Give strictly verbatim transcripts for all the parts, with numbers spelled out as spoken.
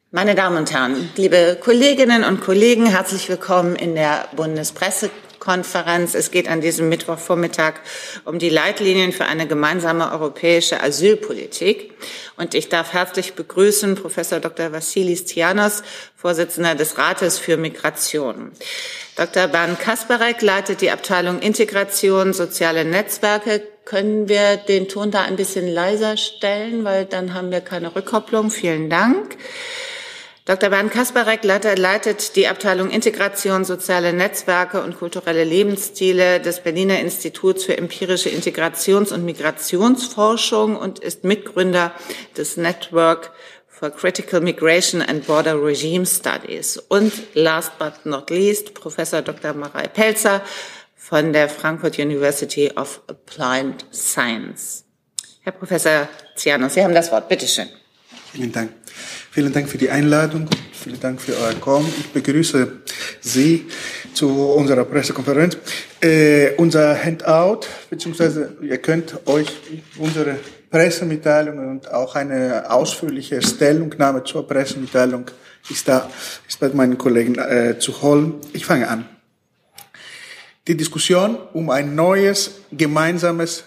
Meine Damen und Herren, liebe Kolleginnen und Kollegen, herzlich willkommen in der Bundespressekonferenz. Es geht an diesem Mittwochvormittag um die Leitlinien für eine gemeinsame europäische Asylpolitik. Und ich darf herzlich begrüßen Professor Doktor Vassilis Tsianos, Vorsitzender des Rates für Migration. Doktor Bernd Kasparek leitet die Abteilung Integration, soziale Netzwerke. Können wir den Ton da ein bisschen leiser stellen, weil dann haben wir keine Rückkopplung. Vielen Dank. Doktor Bernd Kasparek leitet die Abteilung Integration, soziale Netzwerke und kulturelle Lebensstile des Berliner Instituts für empirische Integrations- und Migrationsforschung und ist Mitgründer des Network for Critical Migration and Border Regime Studies. Und last but not least, Professor Doktor Marei Pelzer von der Frankfurt University of Applied Science. Herr Professor Tsianos, Sie haben das Wort. Bitte schön. Vielen Dank. Vielen Dank für die Einladung. Vielen Dank für euer Kommen. Ich begrüße Sie zu unserer Pressekonferenz. Äh, unser Handout, beziehungsweise ihr könnt euch unsere Pressemitteilung und auch eine ausführliche Stellungnahme zur Pressemitteilung ist da, ist bei meinen Kollegen äh, zu holen. Ich fange an. Die Diskussion um ein neues, gemeinsames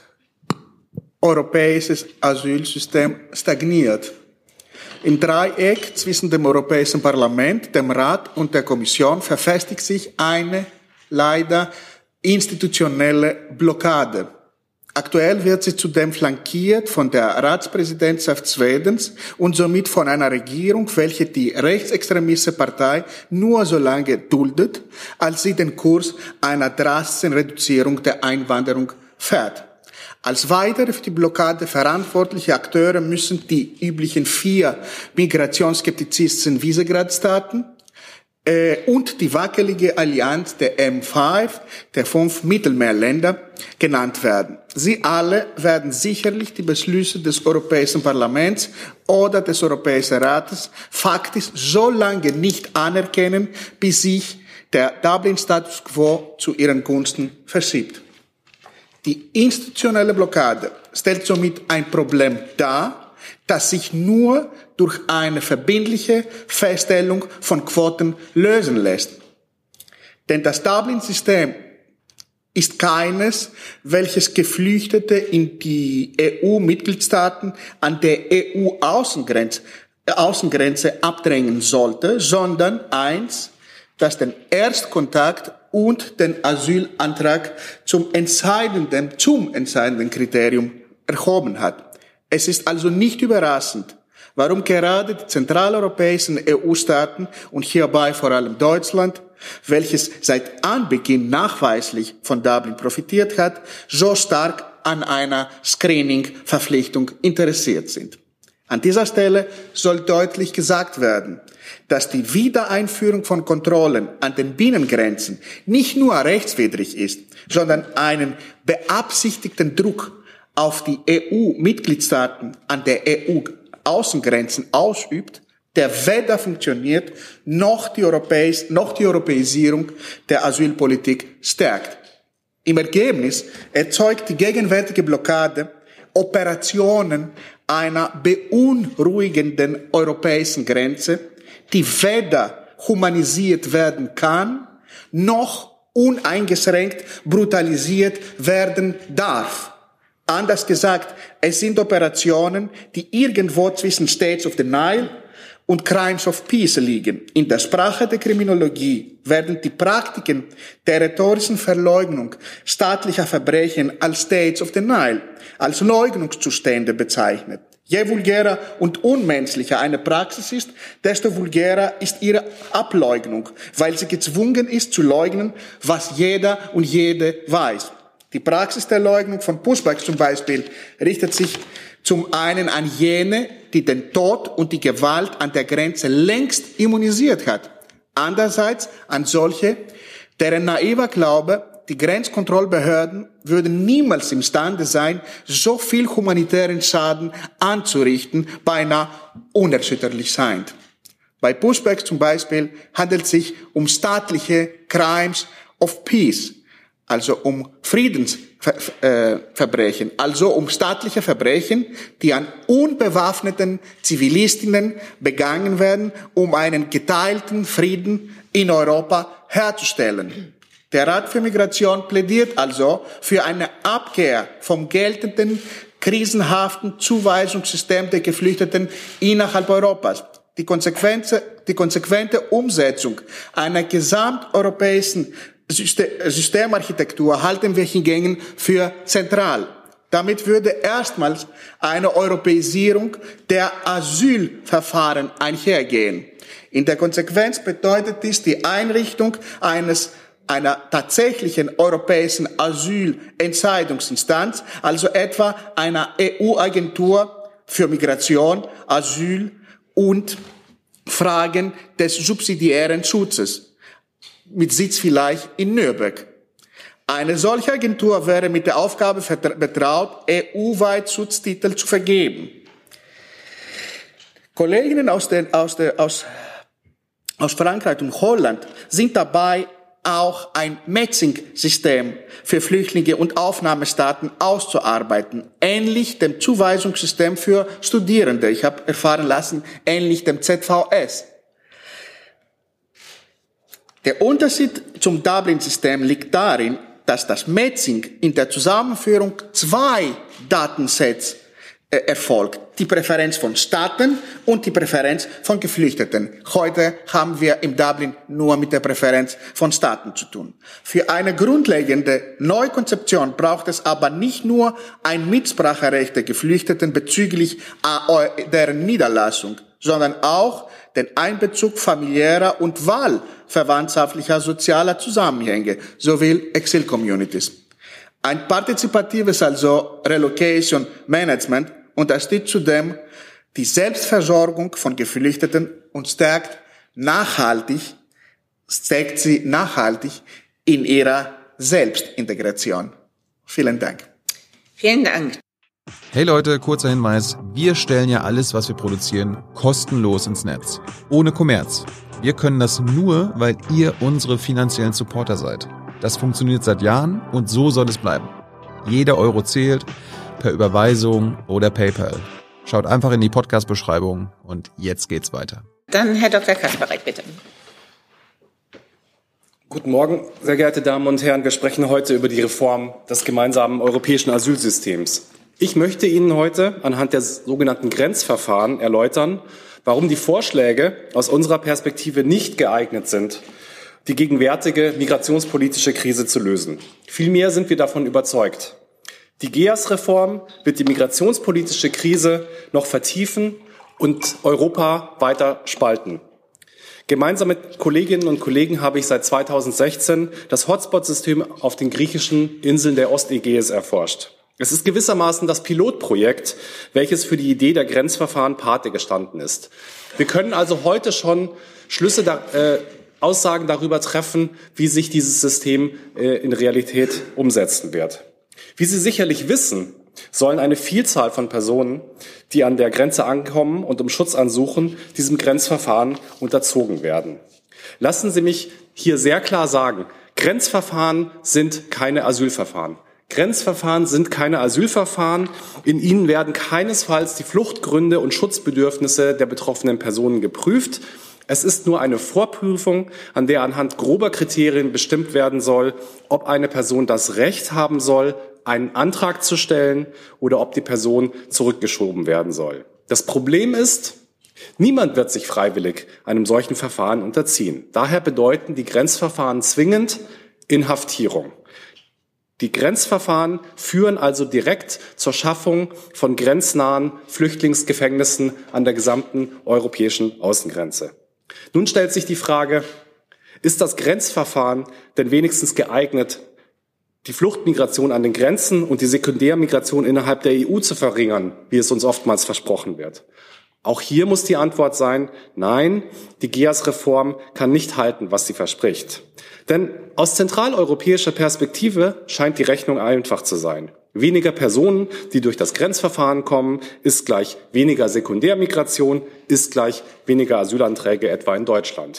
europäisches Asylsystem stagniert. Im Dreieck zwischen dem Europäischen Parlament, dem Rat und der Kommission verfestigt sich eine leider institutionelle Blockade. Aktuell wird sie zudem flankiert von der Ratspräsidentschaft Schwedens und somit von einer Regierung, welche die rechtsextremistische Partei nur so lange duldet, als sie den Kurs einer drastischen Reduzierung der Einwanderung fährt. Als weitere für die Blockade verantwortliche Akteure müssen die üblichen vier migrationsskeptizistischen Visegrad-Staaten äh, und die wackelige Allianz der M fünf, der fünf Mittelmeerländer, genannt werden. Sie alle werden sicherlich die Beschlüsse des Europäischen Parlaments oder des Europäischen Rates faktisch so lange nicht anerkennen, bis sich der Dublin-Status quo zu ihren Gunsten verschiebt. Die institutionelle Blockade stellt somit ein Problem dar, das sich nur durch eine verbindliche Feststellung von Quoten lösen lässt. Denn das Dublin-System ist keines, welches Geflüchtete in die E U-Mitgliedstaaten an der E U-Außengrenze Außengrenze abdrängen sollte, sondern eins, das den Erstkontakt und den Asylantrag zum entscheidenden, zum entscheidenden Kriterium erhoben hat. Es ist also nicht überraschend, warum gerade die zentraleuropäischen E U-Staaten und hierbei vor allem Deutschland, welches seit Anbeginn nachweislich von Dublin profitiert hat, so stark an einer Screening-Verpflichtung interessiert sind. An dieser Stelle soll deutlich gesagt werden, dass die Wiedereinführung von Kontrollen an den Binnengrenzen nicht nur rechtswidrig ist, sondern einen beabsichtigten Druck auf die E U-Mitgliedstaaten an der E U-Außengrenzen ausübt, der weder funktioniert, noch die, Europäis- noch die Europäisierung der Asylpolitik stärkt. Im Ergebnis erzeugt die gegenwärtige Blockade Operationen einer beunruhigenden europäischen Grenze, die weder humanisiert werden kann, noch uneingeschränkt brutalisiert werden darf. Anders gesagt, es sind Operationen, die irgendwo zwischen States of the Nile und Crimes of Peace liegen. In der Sprache der Kriminologie werden die Praktiken der rhetorischen Verleugnung staatlicher Verbrechen als States of the Nile, als Leugnungszustände bezeichnet. Je vulgärer und unmenschlicher eine Praxis ist, desto vulgärer ist ihre Ableugnung, weil sie gezwungen ist zu leugnen, was jeder und jede weiß. Die Praxis der Leugnung von Pushbacks zum Beispiel richtet sich zum einen an jene, die den Tod und die Gewalt an der Grenze längst immunisiert hat. Andererseits an solche, deren naiver Glaube, die Grenzkontrollbehörden würden niemals imstande sein, so viel humanitären Schaden anzurichten, beinahe unerschütterlich scheint. Bei Pushbacks zum Beispiel handelt es sich um staatliche Crimes of Peace, also um Friedensverbrechen, also um staatliche Verbrechen, die an unbewaffneten Zivilistinnen begangen werden, um einen geteilten Frieden in Europa herzustellen. Der Rat für Migration plädiert also für eine Abkehr vom geltenden, krisenhaften Zuweisungssystem der Geflüchteten innerhalb Europas. Die konsequente, die konsequente Umsetzung einer gesamteuropäischen Systemarchitektur halten wir hingegen für zentral. Damit würde erstmals eine Europäisierung der Asylverfahren einhergehen. In der Konsequenz bedeutet dies die Einrichtung eines einer tatsächlichen europäischen Asylentscheidungsinstanz, also etwa einer E U-Agentur für Migration, Asyl und Fragen des subsidiären Schutzes, mit Sitz vielleicht in Nürnberg. Eine solche Agentur wäre mit der Aufgabe betraut, E U-weit Schutztitel zu vergeben. Kolleginnen aus, den, aus, der, aus, aus Frankreich und Holland sind dabei, auch ein Matching-System für Flüchtlinge und Aufnahmestaaten auszuarbeiten, ähnlich dem Zuweisungssystem für Studierende. Ich habe erfahren lassen, ähnlich dem Z V S. Der Unterschied zum Dublin-System liegt darin, dass das Matching in der Zusammenführung zwei Datensets äh, erfolgt. Die Präferenz von Staaten und die Präferenz von Geflüchteten. Heute haben wir im Dublin nur mit der Präferenz von Staaten zu tun. Für eine grundlegende Neukonzeption braucht es aber nicht nur ein Mitspracherecht der Geflüchteten bezüglich deren Niederlassung, sondern auch den Einbezug familiärer und wahlverwandtschaftlicher sozialer Zusammenhänge sowie Exil-Communities. Ein partizipatives, also Relocation Management, unterstützt zudem die Selbstversorgung von Geflüchteten und stärkt nachhaltig, stärkt sie nachhaltig in ihrer Selbstintegration. Vielen Dank. Vielen Dank. Hey Leute, kurzer Hinweis. Wir stellen ja alles, was wir produzieren, kostenlos ins Netz. Ohne Kommerz. Wir können das nur, weil ihr unsere finanziellen Supporter seid. Das funktioniert seit Jahren und so soll es bleiben. Jeder Euro zählt, per Überweisung oder PayPal. Schaut einfach in die Podcast-Beschreibung und jetzt geht's weiter. Dann Herr Doktor Kasparek, bitte. Guten Morgen, sehr geehrte Damen und Herren. Wir sprechen heute über die Reform des gemeinsamen europäischen Asylsystems. Ich möchte Ihnen heute anhand der sogenannten Grenzverfahren erläutern, warum die Vorschläge aus unserer Perspektive nicht geeignet sind, die gegenwärtige migrationspolitische Krise zu lösen. Vielmehr sind wir davon überzeugt. Die G E A S-Reform wird die migrationspolitische Krise noch vertiefen und Europa weiter spalten. Gemeinsam mit Kolleginnen und Kollegen habe ich seit zweitausendsechzehn das Hotspot-System auf den griechischen Inseln der Ostägäis erforscht. Es ist gewissermaßen das Pilotprojekt, welches für die Idee der Grenzverfahren Pate gestanden ist. Wir können also heute schon Schlüsse, da, äh, Aussagen darüber treffen, wie sich dieses System äh, in Realität umsetzen wird. Wie Sie sicherlich wissen, sollen eine Vielzahl von Personen, die an der Grenze ankommen und um Schutz ansuchen, diesem Grenzverfahren unterzogen werden. Lassen Sie mich hier sehr klar sagen, Grenzverfahren sind keine Asylverfahren. Grenzverfahren sind keine Asylverfahren. In ihnen werden keinesfalls die Fluchtgründe und Schutzbedürfnisse der betroffenen Personen geprüft. Es ist nur eine Vorprüfung, an der anhand grober Kriterien bestimmt werden soll, ob eine Person das Recht haben soll, einen Antrag zu stellen oder ob die Person zurückgeschoben werden soll. Das Problem ist, niemand wird sich freiwillig einem solchen Verfahren unterziehen. Daher bedeuten die Grenzverfahren zwingend Inhaftierung. Die Grenzverfahren führen also direkt zur Schaffung von grenznahen Flüchtlingsgefängnissen an der gesamten europäischen Außengrenze. Nun stellt sich die Frage, ist das Grenzverfahren denn wenigstens geeignet, die Fluchtmigration an den Grenzen und die Sekundärmigration innerhalb der E U zu verringern, wie es uns oftmals versprochen wird? Auch hier muss die Antwort sein, nein, die G E A S-Reform kann nicht halten, was sie verspricht. Denn aus zentraleuropäischer Perspektive scheint die Rechnung einfach zu sein. Weniger Personen, die durch das Grenzverfahren kommen, ist gleich weniger Sekundärmigration, ist gleich weniger Asylanträge etwa in Deutschland.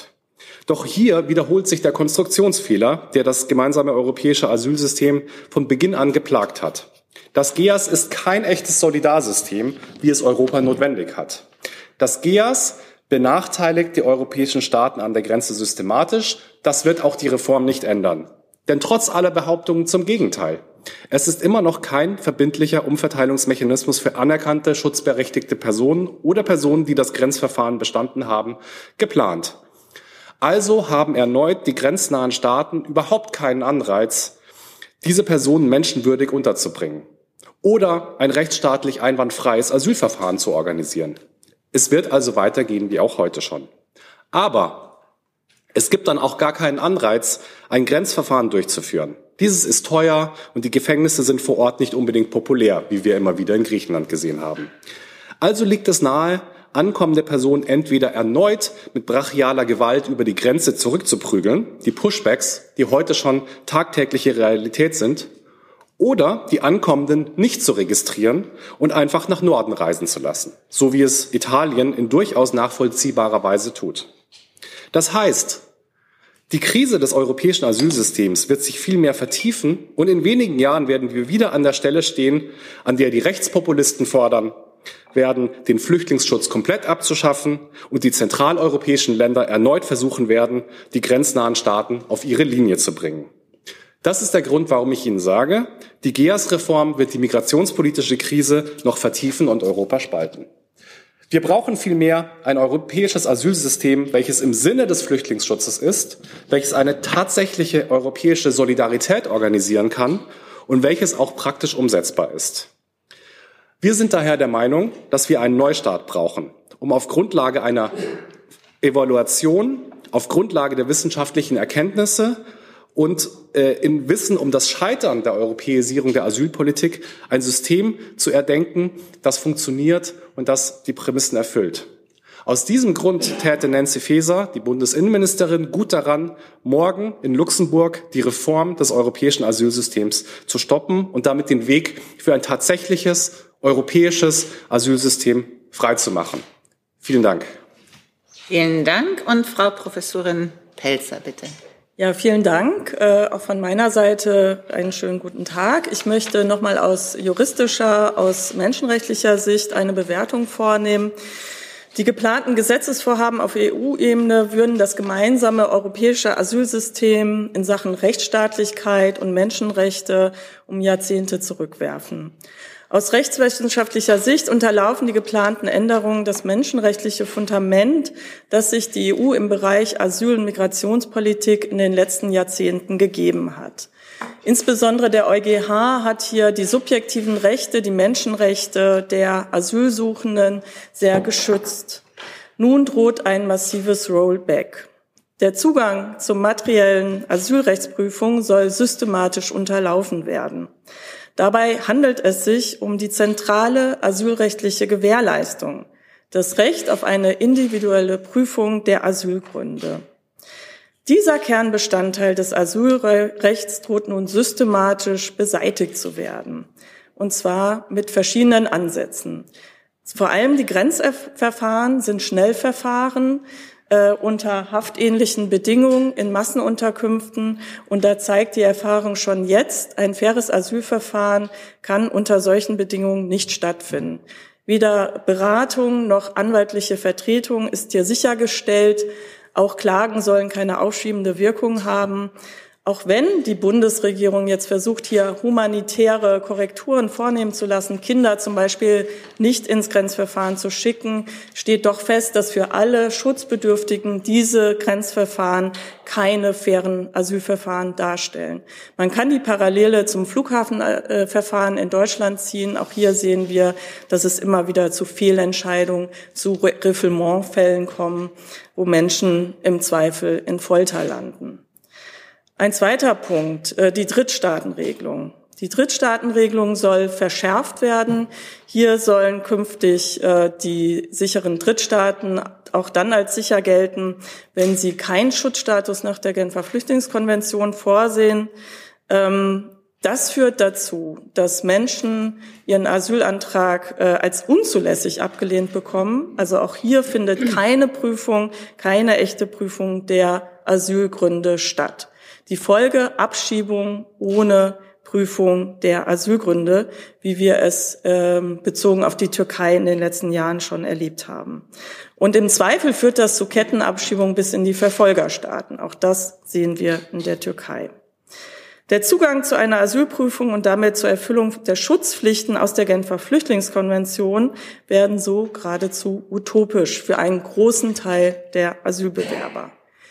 Doch hier wiederholt sich der Konstruktionsfehler, der das gemeinsame europäische Asylsystem von Beginn an geplagt hat. Das G E A S ist kein echtes Solidarsystem, wie es Europa notwendig hat. Das G E A S benachteiligt die europäischen Staaten an der Grenze systematisch. Das wird auch die Reform nicht ändern. Denn trotz aller Behauptungen zum Gegenteil. Es ist immer noch kein verbindlicher Umverteilungsmechanismus für anerkannte, schutzberechtigte Personen oder Personen, die das Grenzverfahren bestanden haben, geplant. Also haben erneut die grenznahen Staaten überhaupt keinen Anreiz, diese Personen menschenwürdig unterzubringen oder ein rechtsstaatlich einwandfreies Asylverfahren zu organisieren. Es wird also weitergehen wie auch heute schon. Aber es gibt dann auch gar keinen Anreiz, ein Grenzverfahren durchzuführen. Dieses ist teuer und die Gefängnisse sind vor Ort nicht unbedingt populär, wie wir immer wieder in Griechenland gesehen haben. Also liegt es nahe, ankommende Personen entweder erneut mit brachialer Gewalt über die Grenze zurückzuprügeln, die Pushbacks, die heute schon tagtägliche Realität sind, oder die Ankommenden nicht zu registrieren und einfach nach Norden reisen zu lassen, so wie es Italien in durchaus nachvollziehbarer Weise tut. Das heißt, die Krise des europäischen Asylsystems wird sich viel mehr vertiefen und in wenigen Jahren werden wir wieder an der Stelle stehen, an der die Rechtspopulisten fordern werden, den Flüchtlingsschutz komplett abzuschaffen und die zentraleuropäischen Länder erneut versuchen werden, die grenznahen Staaten auf ihre Linie zu bringen. Das ist der Grund, warum ich Ihnen sage, die G E A S-Reform wird die migrationspolitische Krise noch vertiefen und Europa spalten. Wir brauchen vielmehr ein europäisches Asylsystem, welches im Sinne des Flüchtlingsschutzes ist, welches eine tatsächliche europäische Solidarität organisieren kann und welches auch praktisch umsetzbar ist. Wir sind daher der Meinung, dass wir einen Neustart brauchen, um auf Grundlage einer Evaluation, auf Grundlage der wissenschaftlichen Erkenntnisse und äh, in Wissen um das Scheitern der Europäisierung der Asylpolitik ein System zu erdenken, das funktioniert und das die Prämissen erfüllt. Aus diesem Grund täte Nancy Faeser, die Bundesinnenministerin, gut daran, morgen in Luxemburg die Reform des europäischen Asylsystems zu stoppen und damit den Weg für ein tatsächliches europäisches Asylsystem freizumachen. Vielen Dank. Vielen Dank. Und Frau Professorin Pelzer, bitte. Ja, vielen Dank. Äh, auch von meiner Seite einen schönen guten Tag. Ich möchte nochmal aus juristischer, aus menschenrechtlicher Sicht eine Bewertung vornehmen. Die geplanten Gesetzesvorhaben auf E U-Ebene würden das gemeinsame europäische Asylsystem in Sachen Rechtsstaatlichkeit und Menschenrechte um Jahrzehnte zurückwerfen. Aus rechtswissenschaftlicher Sicht unterlaufen die geplanten Änderungen das menschenrechtliche Fundament, das sich die E U im Bereich Asyl- und Migrationspolitik in den letzten Jahrzehnten gegeben hat. Insbesondere der EuGH hat hier die subjektiven Rechte, die Menschenrechte der Asylsuchenden sehr geschützt. Nun droht ein massives Rollback. Der Zugang zur materiellen Asylrechtsprüfung soll systematisch unterlaufen werden. Dabei handelt es sich um die zentrale asylrechtliche Gewährleistung, das Recht auf eine individuelle Prüfung der Asylgründe. Dieser Kernbestandteil des Asylrechts droht nun systematisch beseitigt zu werden, und zwar mit verschiedenen Ansätzen. Vor allem die Grenzverfahren sind Schnellverfahren äh, unter haftähnlichen Bedingungen in Massenunterkünften, und da zeigt die Erfahrung schon jetzt, ein faires Asylverfahren kann unter solchen Bedingungen nicht stattfinden. Weder Beratung noch anwaltliche Vertretung ist hier sichergestellt. Auch Klagen sollen keine aufschiebende Wirkung haben. Auch wenn die Bundesregierung jetzt versucht, hier humanitäre Korrekturen vornehmen zu lassen, Kinder zum Beispiel nicht ins Grenzverfahren zu schicken, steht doch fest, dass für alle Schutzbedürftigen diese Grenzverfahren keine fairen Asylverfahren darstellen. Man kann die Parallele zum Flughafenverfahren in Deutschland ziehen. Auch hier sehen wir, dass es immer wieder zu Fehlentscheidungen, zu Refoulementfällen kommt, wo Menschen im Zweifel in Folter landen. Ein zweiter Punkt, die Drittstaatenregelung. Die Drittstaatenregelung soll verschärft werden. Hier sollen künftig die sicheren Drittstaaten auch dann als sicher gelten, wenn sie keinen Schutzstatus nach der Genfer Flüchtlingskonvention vorsehen. Das führt dazu, dass Menschen ihren Asylantrag äh, als unzulässig abgelehnt bekommen. Also auch hier findet keine Prüfung, keine echte Prüfung der Asylgründe statt. Die Folge: Abschiebung ohne Prüfung der Asylgründe, wie wir es ähm, bezogen auf die Türkei in den letzten Jahren schon erlebt haben. Und im Zweifel führt das zu Kettenabschiebung bis in die Verfolgerstaaten. Auch das sehen wir in der Türkei. Der Zugang zu einer Asylprüfung und damit zur Erfüllung der Schutzpflichten aus der Genfer Flüchtlingskonvention werden so geradezu utopisch für einen großen Teil der Asylbewerber.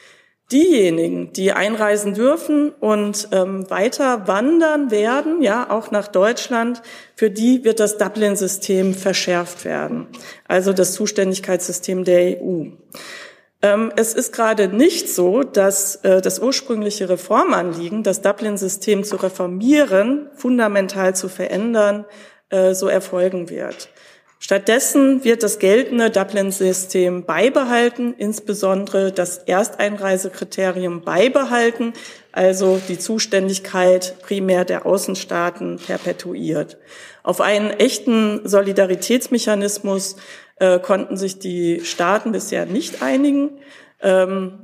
Diejenigen, die einreisen dürfen und ähm, weiter wandern werden, ja, auch nach Deutschland, für die wird das Dublin-System verschärft werden, also das Zuständigkeitssystem der E U. Ähm, es ist gerade nicht so, dass äh, das ursprüngliche Reformanliegen, das Dublin-System zu reformieren, fundamental zu verändern, äh, so erfolgen wird. Stattdessen wird das geltende Dublin-System beibehalten, insbesondere das Ersteinreisekriterium beibehalten, also die Zuständigkeit primär der Außenstaaten perpetuiert. Auf einen echten Solidaritätsmechanismus äh, konnten sich die Staaten bisher nicht einigen. Ähm,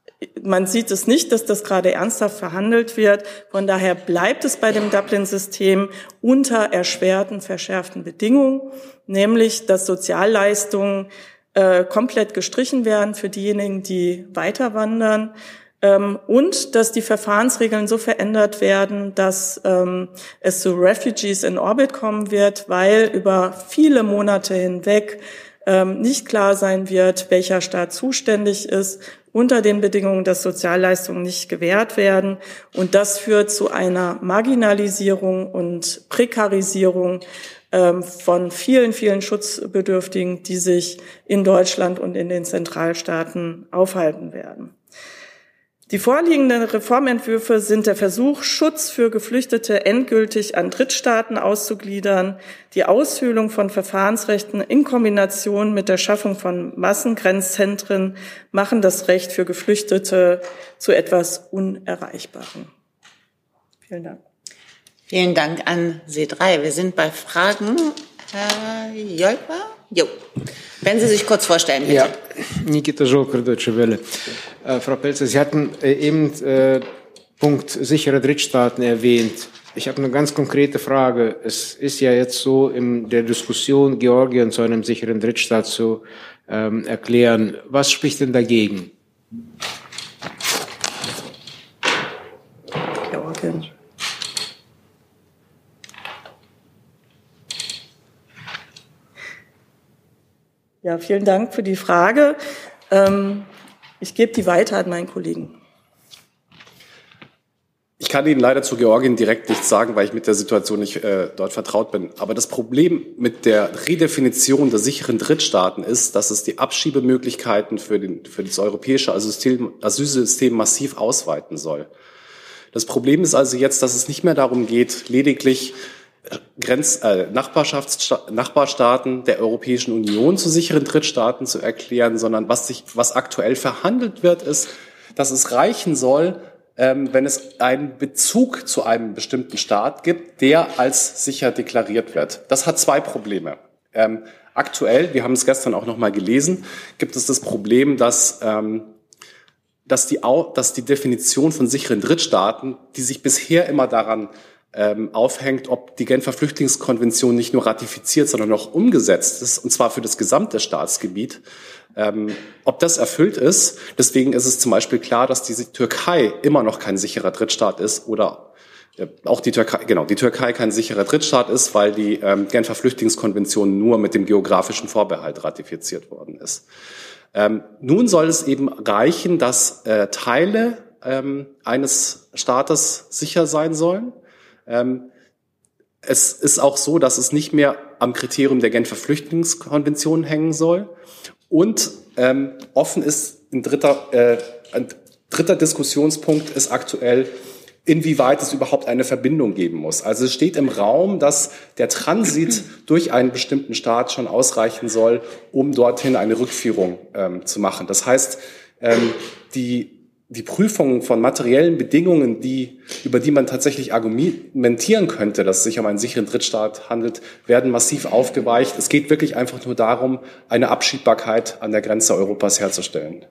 Man sieht es nicht, dass das gerade ernsthaft verhandelt wird. Von daher bleibt es bei dem Dublin-System unter erschwerten, verschärften Bedingungen, nämlich dass Sozialleistungen äh, komplett gestrichen werden für diejenigen, die weiter wandern, ähm, und dass die Verfahrensregeln so verändert werden, dass ähm, es zu Refugees in Orbit kommen wird, weil über viele Monate hinweg ähm, nicht klar sein wird, welcher Staat zuständig ist, unter den Bedingungen, dass Sozialleistungen nicht gewährt werden. Und das führt zu einer Marginalisierung und Prekarisierung ähm, von vielen, vielen Schutzbedürftigen, die sich in Deutschland und in den Zentralstaaten aufhalten werden. Die vorliegenden Reformentwürfe sind der Versuch, Schutz für Geflüchtete endgültig an Drittstaaten auszugliedern, die Aushöhlung von Verfahrensrechten in Kombination mit der Schaffung von Massengrenzzentren machen das Recht für Geflüchtete zu etwas Unerreichbarem. Vielen Dank. Vielen Dank an Sie drei. Wir sind bei Fragen. Herr Jolper? Jo. Wenn Sie sich kurz vorstellen, bitte. Ja, Nikita Jolker, Deutsche Welle. Äh, Frau Pelzer, Sie hatten äh, eben äh, Punkt sichere Drittstaaten erwähnt. Ich habe eine ganz konkrete Frage. Es ist ja jetzt so, in der Diskussion Georgien zu einem sicheren Drittstaat zu ähm, erklären. Was spricht denn dagegen? Georgien. Ja, vielen Dank für die Frage. Ähm, ich gebe die weiter an meinen Kollegen. Ich kann Ihnen leider zu Georgien direkt nichts sagen, weil ich mit der Situation nicht äh, dort vertraut bin. Aber das Problem mit der Redefinition der sicheren Drittstaaten ist, dass es die Abschiebemöglichkeiten für, den, für das europäische Asylsystem, Asylsystem massiv ausweiten soll. Das Problem ist also jetzt, dass es nicht mehr darum geht, lediglich Grenz, äh, Nachbarschaftssta- Nachbarstaaten der Europäischen Union zu sicheren Drittstaaten zu erklären, sondern was sich, was aktuell verhandelt wird, ist, dass es reichen soll, ähm, wenn es einen Bezug zu einem bestimmten Staat gibt, der als sicher deklariert wird. Das hat zwei Probleme. Ähm, aktuell, wir haben es gestern auch noch mal gelesen, gibt es das Problem, dass ähm, dass die, dass die Definition von sicheren Drittstaaten, die sich bisher immer daran ähm, aufhängt, ob die Genfer Flüchtlingskonvention nicht nur ratifiziert, sondern auch umgesetzt ist, und zwar für das gesamte Staatsgebiet, ähm, ob das erfüllt ist. Deswegen ist es zum Beispiel klar, dass die Türkei immer noch kein sicherer Drittstaat ist oder äh, auch die Türkei, genau, die Türkei kein sicherer Drittstaat ist, weil die ähm, Genfer Flüchtlingskonvention nur mit dem geografischen Vorbehalt ratifiziert worden ist. Ähm, nun soll es eben reichen, dass äh, Teile ähm, eines Staates sicher sein sollen. Ähm, es ist auch so, dass es nicht mehr am Kriterium der Genfer Flüchtlingskonvention hängen soll. Und ähm, offen ist ein dritter, äh, ein dritter Diskussionspunkt ist aktuell, inwieweit es überhaupt eine Verbindung geben muss. Also es steht im Raum, dass der Transit durch einen bestimmten Staat schon ausreichen soll, um dorthin eine Rückführung ähm, zu machen. Das heißt, ähm, die die Prüfung von materiellen Bedingungen, die, über die man tatsächlich argumentieren könnte, dass es sich um einen sicheren Drittstaat handelt, werden massiv aufgeweicht. Es geht wirklich einfach nur darum, eine Abschiebbarkeit an der Grenze Europas herzustellen.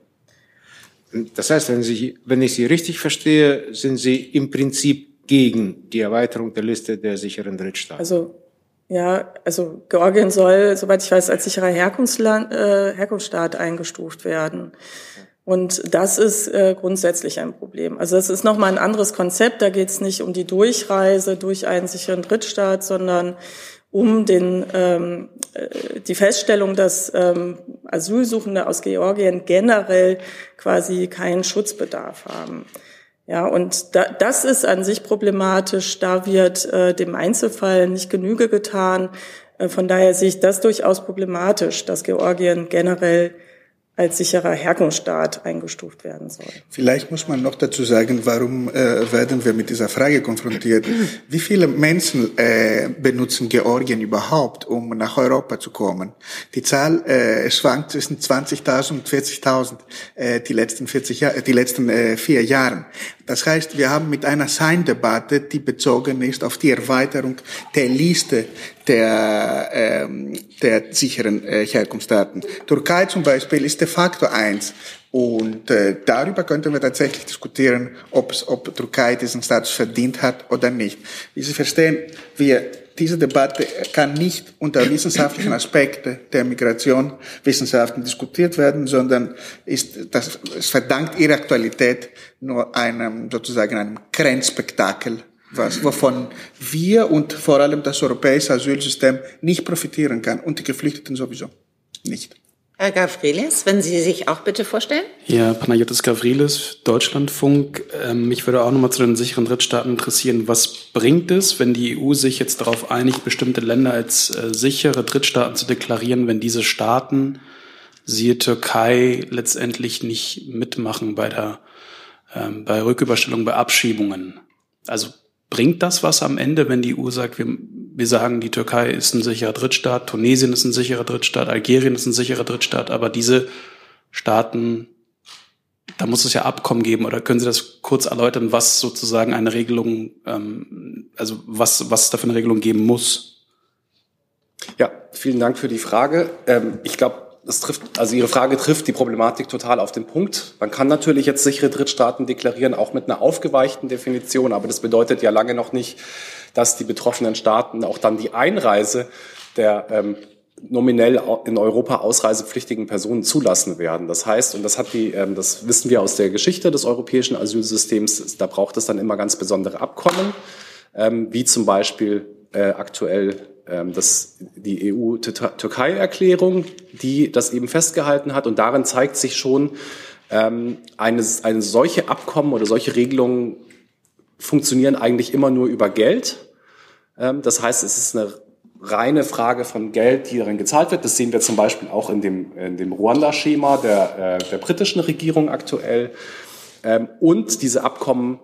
Das heißt, wenn, Sie, wenn ich Sie richtig verstehe, sind Sie im Prinzip gegen die Erweiterung der Liste der sicheren Drittstaaten? Also ja, also Georgien soll, soweit ich weiß, als sicherer Herkunftsland, äh, Herkunftsstaat eingestuft werden. Und das ist äh, grundsätzlich ein Problem. Also es ist nochmal ein anderes Konzept. Da geht es nicht um die Durchreise durch einen sicheren Drittstaat, sondern um den, ähm, die Feststellung, dass ähm, Asylsuchende aus Georgien generell quasi keinen Schutzbedarf haben. Ja, und da, das ist an sich problematisch. Da wird äh, dem Einzelfall nicht Genüge getan. Äh, von daher sehe ich das durchaus problematisch, dass Georgien generell als sicherer Herkunftsstaat eingestuft werden soll. Vielleicht muss man noch dazu sagen, warum äh, werden wir mit dieser Frage konfrontiert? Wie viele Menschen äh, benutzen Georgien überhaupt, um nach Europa zu kommen? Die Zahl äh, schwankt zwischen zwanzigtausend und vierzigtausend äh, die letzten vierzig Jahre, die letzten äh, vier Jahren. Das heißt, wir haben mit einer Sein-Debatte, die bezogen ist auf die Erweiterung der Liste der, ähm, der sicheren äh, Herkunftsstaaten. Türkei zum Beispiel ist de facto eins. Und äh, darüber könnten wir tatsächlich diskutieren, ob, ob Türkei diesen Status verdient hat oder nicht. Wie Sie verstehen, wir, diese Debatte kann nicht unter wissenschaftlichen Aspekten der Migrationswissenschaften diskutiert werden, sondern ist, das, es verdankt ihre Aktualität nur einem, sozusagen einem Grenzspektakel, was, wovon wir und vor allem das europäische Asylsystem nicht profitieren kann und die Geflüchteten sowieso nicht. Herr Gavrilis, wenn Sie sich auch bitte vorstellen. Ja, Panayotis Gavrilis, Deutschlandfunk. Ähm, mich würde auch nochmal zu den sicheren Drittstaaten interessieren. Was bringt es, wenn die E U sich jetzt darauf einigt, bestimmte Länder als äh, sichere Drittstaaten zu deklarieren, wenn diese Staaten, siehe Türkei, letztendlich nicht mitmachen bei der ähm, bei Rücküberstellung, bei Abschiebungen? Also bringt das was am Ende, wenn die E U sagt, wir, wir sagen, die Türkei ist ein sicherer Drittstaat, Tunesien ist ein sicherer Drittstaat, Algerien ist ein sicherer Drittstaat, aber diese Staaten, da muss es ja Abkommen geben, oder können Sie das kurz erläutern, was sozusagen eine Regelung, ähm, also was, was es da für eine Regelung geben muss? Ja, vielen Dank für die Frage. Ähm, ich glaube, das trifft, also Ihre Frage trifft die Problematik total auf den Punkt. Man kann natürlich jetzt sichere Drittstaaten deklarieren, auch mit einer aufgeweichten Definition, aber das bedeutet ja lange noch nicht, dass die betroffenen Staaten auch dann die Einreise der ähm, nominell in Europa ausreisepflichtigen Personen zulassen werden. Das heißt, und das hat die, ähm, das wissen wir aus der Geschichte des europäischen Asylsystems, da braucht es dann immer ganz besondere Abkommen, ähm, wie zum Beispiel äh, aktuell Das, die E U-Türkei-Erklärung, die das eben festgehalten hat. Und darin zeigt sich schon, ähm, eine, eine solche Abkommen oder solche Regelungen funktionieren eigentlich immer nur über Geld. Ähm, das heißt, es ist eine reine Frage von Geld, die darin gezahlt wird. Das sehen wir zum Beispiel auch in dem, in dem Ruanda-Schema der, äh, der britischen Regierung aktuell. Ähm, und diese Abkommen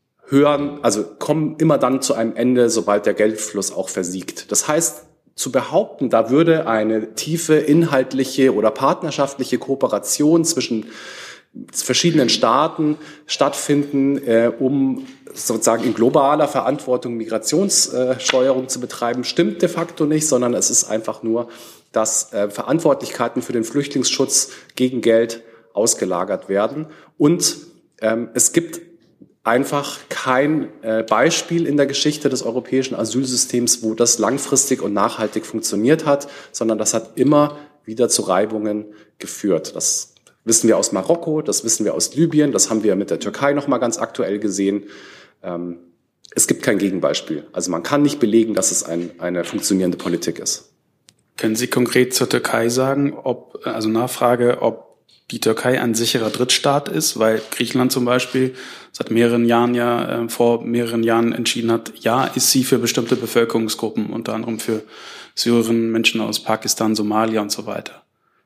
hören, also kommen immer dann zu einem Ende, sobald der Geldfluss auch versiegt. Das heißt, zu behaupten, da würde eine tiefe inhaltliche oder partnerschaftliche Kooperation zwischen verschiedenen Staaten stattfinden, äh, um sozusagen in globaler Verantwortung Migrationssteuerung äh, zu betreiben, stimmt de facto nicht, sondern es ist einfach nur, dass äh, Verantwortlichkeiten für den Flüchtlingsschutz gegen Geld ausgelagert werden. Und ähm, es gibt einfach kein äh, Beispiel in der Geschichte des europäischen Asylsystems, wo das langfristig und nachhaltig funktioniert hat, sondern das hat immer wieder zu Reibungen geführt. Das wissen wir aus Marokko, das wissen wir aus Libyen, das haben wir mit der Türkei noch mal ganz aktuell gesehen. Ähm, es gibt kein Gegenbeispiel. Also man kann nicht belegen, dass es ein, eine funktionierende Politik ist. Können Sie konkret zur Türkei sagen, ob, also Nachfrage, ob die Türkei ein sicherer Drittstaat ist, weil Griechenland zum Beispiel seit mehreren Jahren ja, äh, vor mehreren Jahren entschieden hat, ja, ist sie für bestimmte Bevölkerungsgruppen, unter anderem für Syrien, Menschen aus Pakistan, Somalia und so weiter.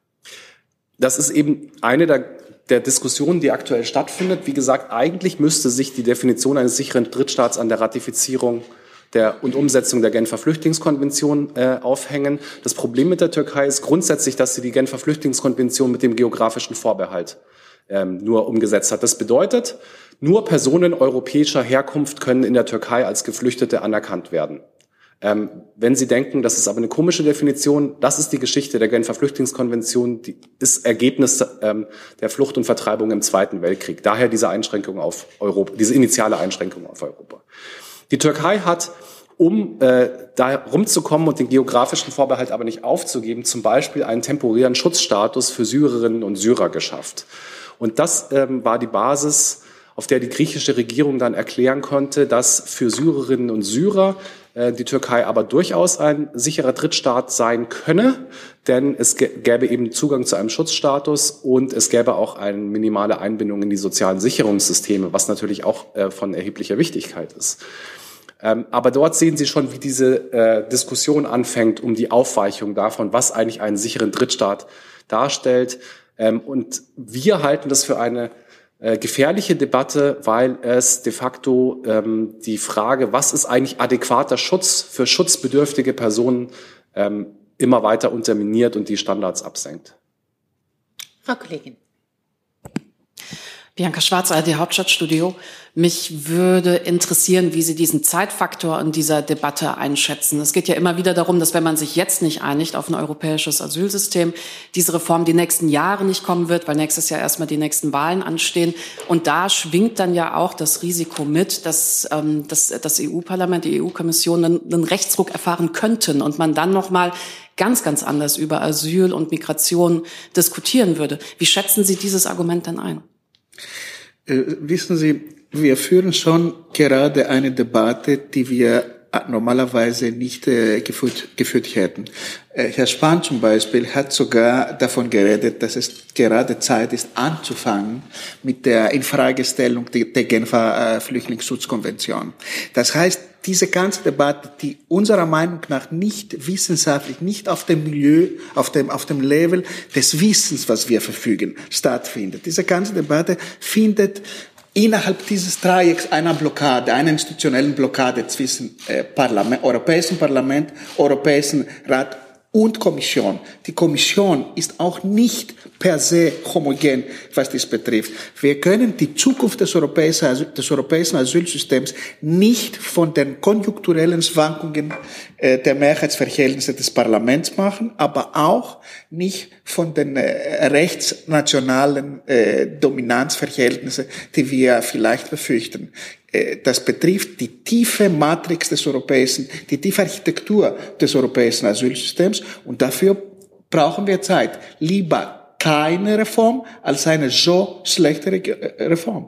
Das ist eben eine der, der Diskussionen, die aktuell stattfindet. Wie gesagt, eigentlich müsste sich die Definition eines sicheren Drittstaats an der Ratifizierung der und Umsetzung der Genfer Flüchtlingskonvention äh, aufhängen. Das Problem mit der Türkei ist grundsätzlich, dass sie die Genfer Flüchtlingskonvention mit dem geografischen Vorbehalt ähm, nur umgesetzt hat. Das bedeutet, nur Personen europäischer Herkunft können in der Türkei als Geflüchtete anerkannt werden. Ähm, wenn Sie denken, das ist aber eine komische Definition, das ist die Geschichte der Genfer Flüchtlingskonvention, die ist Ergebnis ähm, der Flucht und Vertreibung im Zweiten Weltkrieg. Daher diese Einschränkung auf Europa, diese initiale Einschränkung auf Europa. Die Türkei hat, um äh, da rumzukommen und den geografischen Vorbehalt aber nicht aufzugeben, zum Beispiel einen temporären Schutzstatus für Syrerinnen und Syrer geschafft. Und das ähm, war die Basis, auf der die griechische Regierung dann erklären konnte, dass für Syrerinnen und Syrer äh, die Türkei aber durchaus ein sicherer Drittstaat sein könne, denn es gäbe eben Zugang zu einem Schutzstatus und es gäbe auch eine minimale Einbindung in die sozialen Sicherungssysteme, was natürlich auch äh, von erheblicher Wichtigkeit ist. Ähm, aber dort sehen Sie schon, wie diese äh, Diskussion anfängt um die Aufweichung davon, was eigentlich einen sicheren Drittstaat darstellt. Ähm, und wir halten das für eine äh, gefährliche Debatte, weil es de facto ähm, die Frage, was ist eigentlich adäquater Schutz für schutzbedürftige Personen, ähm, immer weiter unterminiert und die Standards absenkt. Frau Kollegin. Bianca Schwarz, A R D Hauptstadtstudio. Mich würde interessieren, wie Sie diesen Zeitfaktor in dieser Debatte einschätzen. Es geht ja immer wieder darum, dass wenn man sich jetzt nicht einigt auf ein europäisches Asylsystem, diese Reform die nächsten Jahre nicht kommen wird, weil nächstes Jahr erstmal die nächsten Wahlen anstehen. Und da schwingt dann ja auch das Risiko mit, dass ähm, das, das E U-Parlament, die E U-Kommission einen, einen Rechtsruck erfahren könnten und man dann noch mal ganz, ganz anders über Asyl und Migration diskutieren würde. Wie schätzen Sie dieses Argument denn ein? Äh, wissen Sie, wir führen schon gerade eine Debatte, die wir normalerweise nicht äh, geführt, geführt hätten. Äh, Herr Spahn zum Beispiel hat sogar davon geredet, dass es gerade Zeit ist, anzufangen mit der Infragestellung der, der Genfer äh, Flüchtlingsschutzkonvention. Das heißt, diese ganze Debatte, die unserer Meinung nach nicht wissenschaftlich, nicht auf dem Milieu, auf dem, auf dem Level des Wissens, was wir verfügen, stattfindet. Diese ganze Debatte findet innerhalb dieses Dreiecks einer Blockade, einer institutionellen Blockade zwischen äh, Parlament, Europäischen Parlament, Europäischen Rat und Kommission. Die Kommission ist auch nicht per se homogen, was dies betrifft. Wir können die Zukunft des europäischen, des europäischen Asylsystems nicht von den konjunkturellen Schwankungen äh, der Mehrheitsverhältnisse des Parlaments machen, aber auch nicht von den äh, rechtsnationalen äh, Dominanzverhältnissen, die wir vielleicht befürchten. Das betrifft die tiefe Matrix des europäischen, die tiefe Architektur des europäischen Asylsystems und dafür brauchen wir Zeit. Lieber keine Reform als eine so schlechte Reform.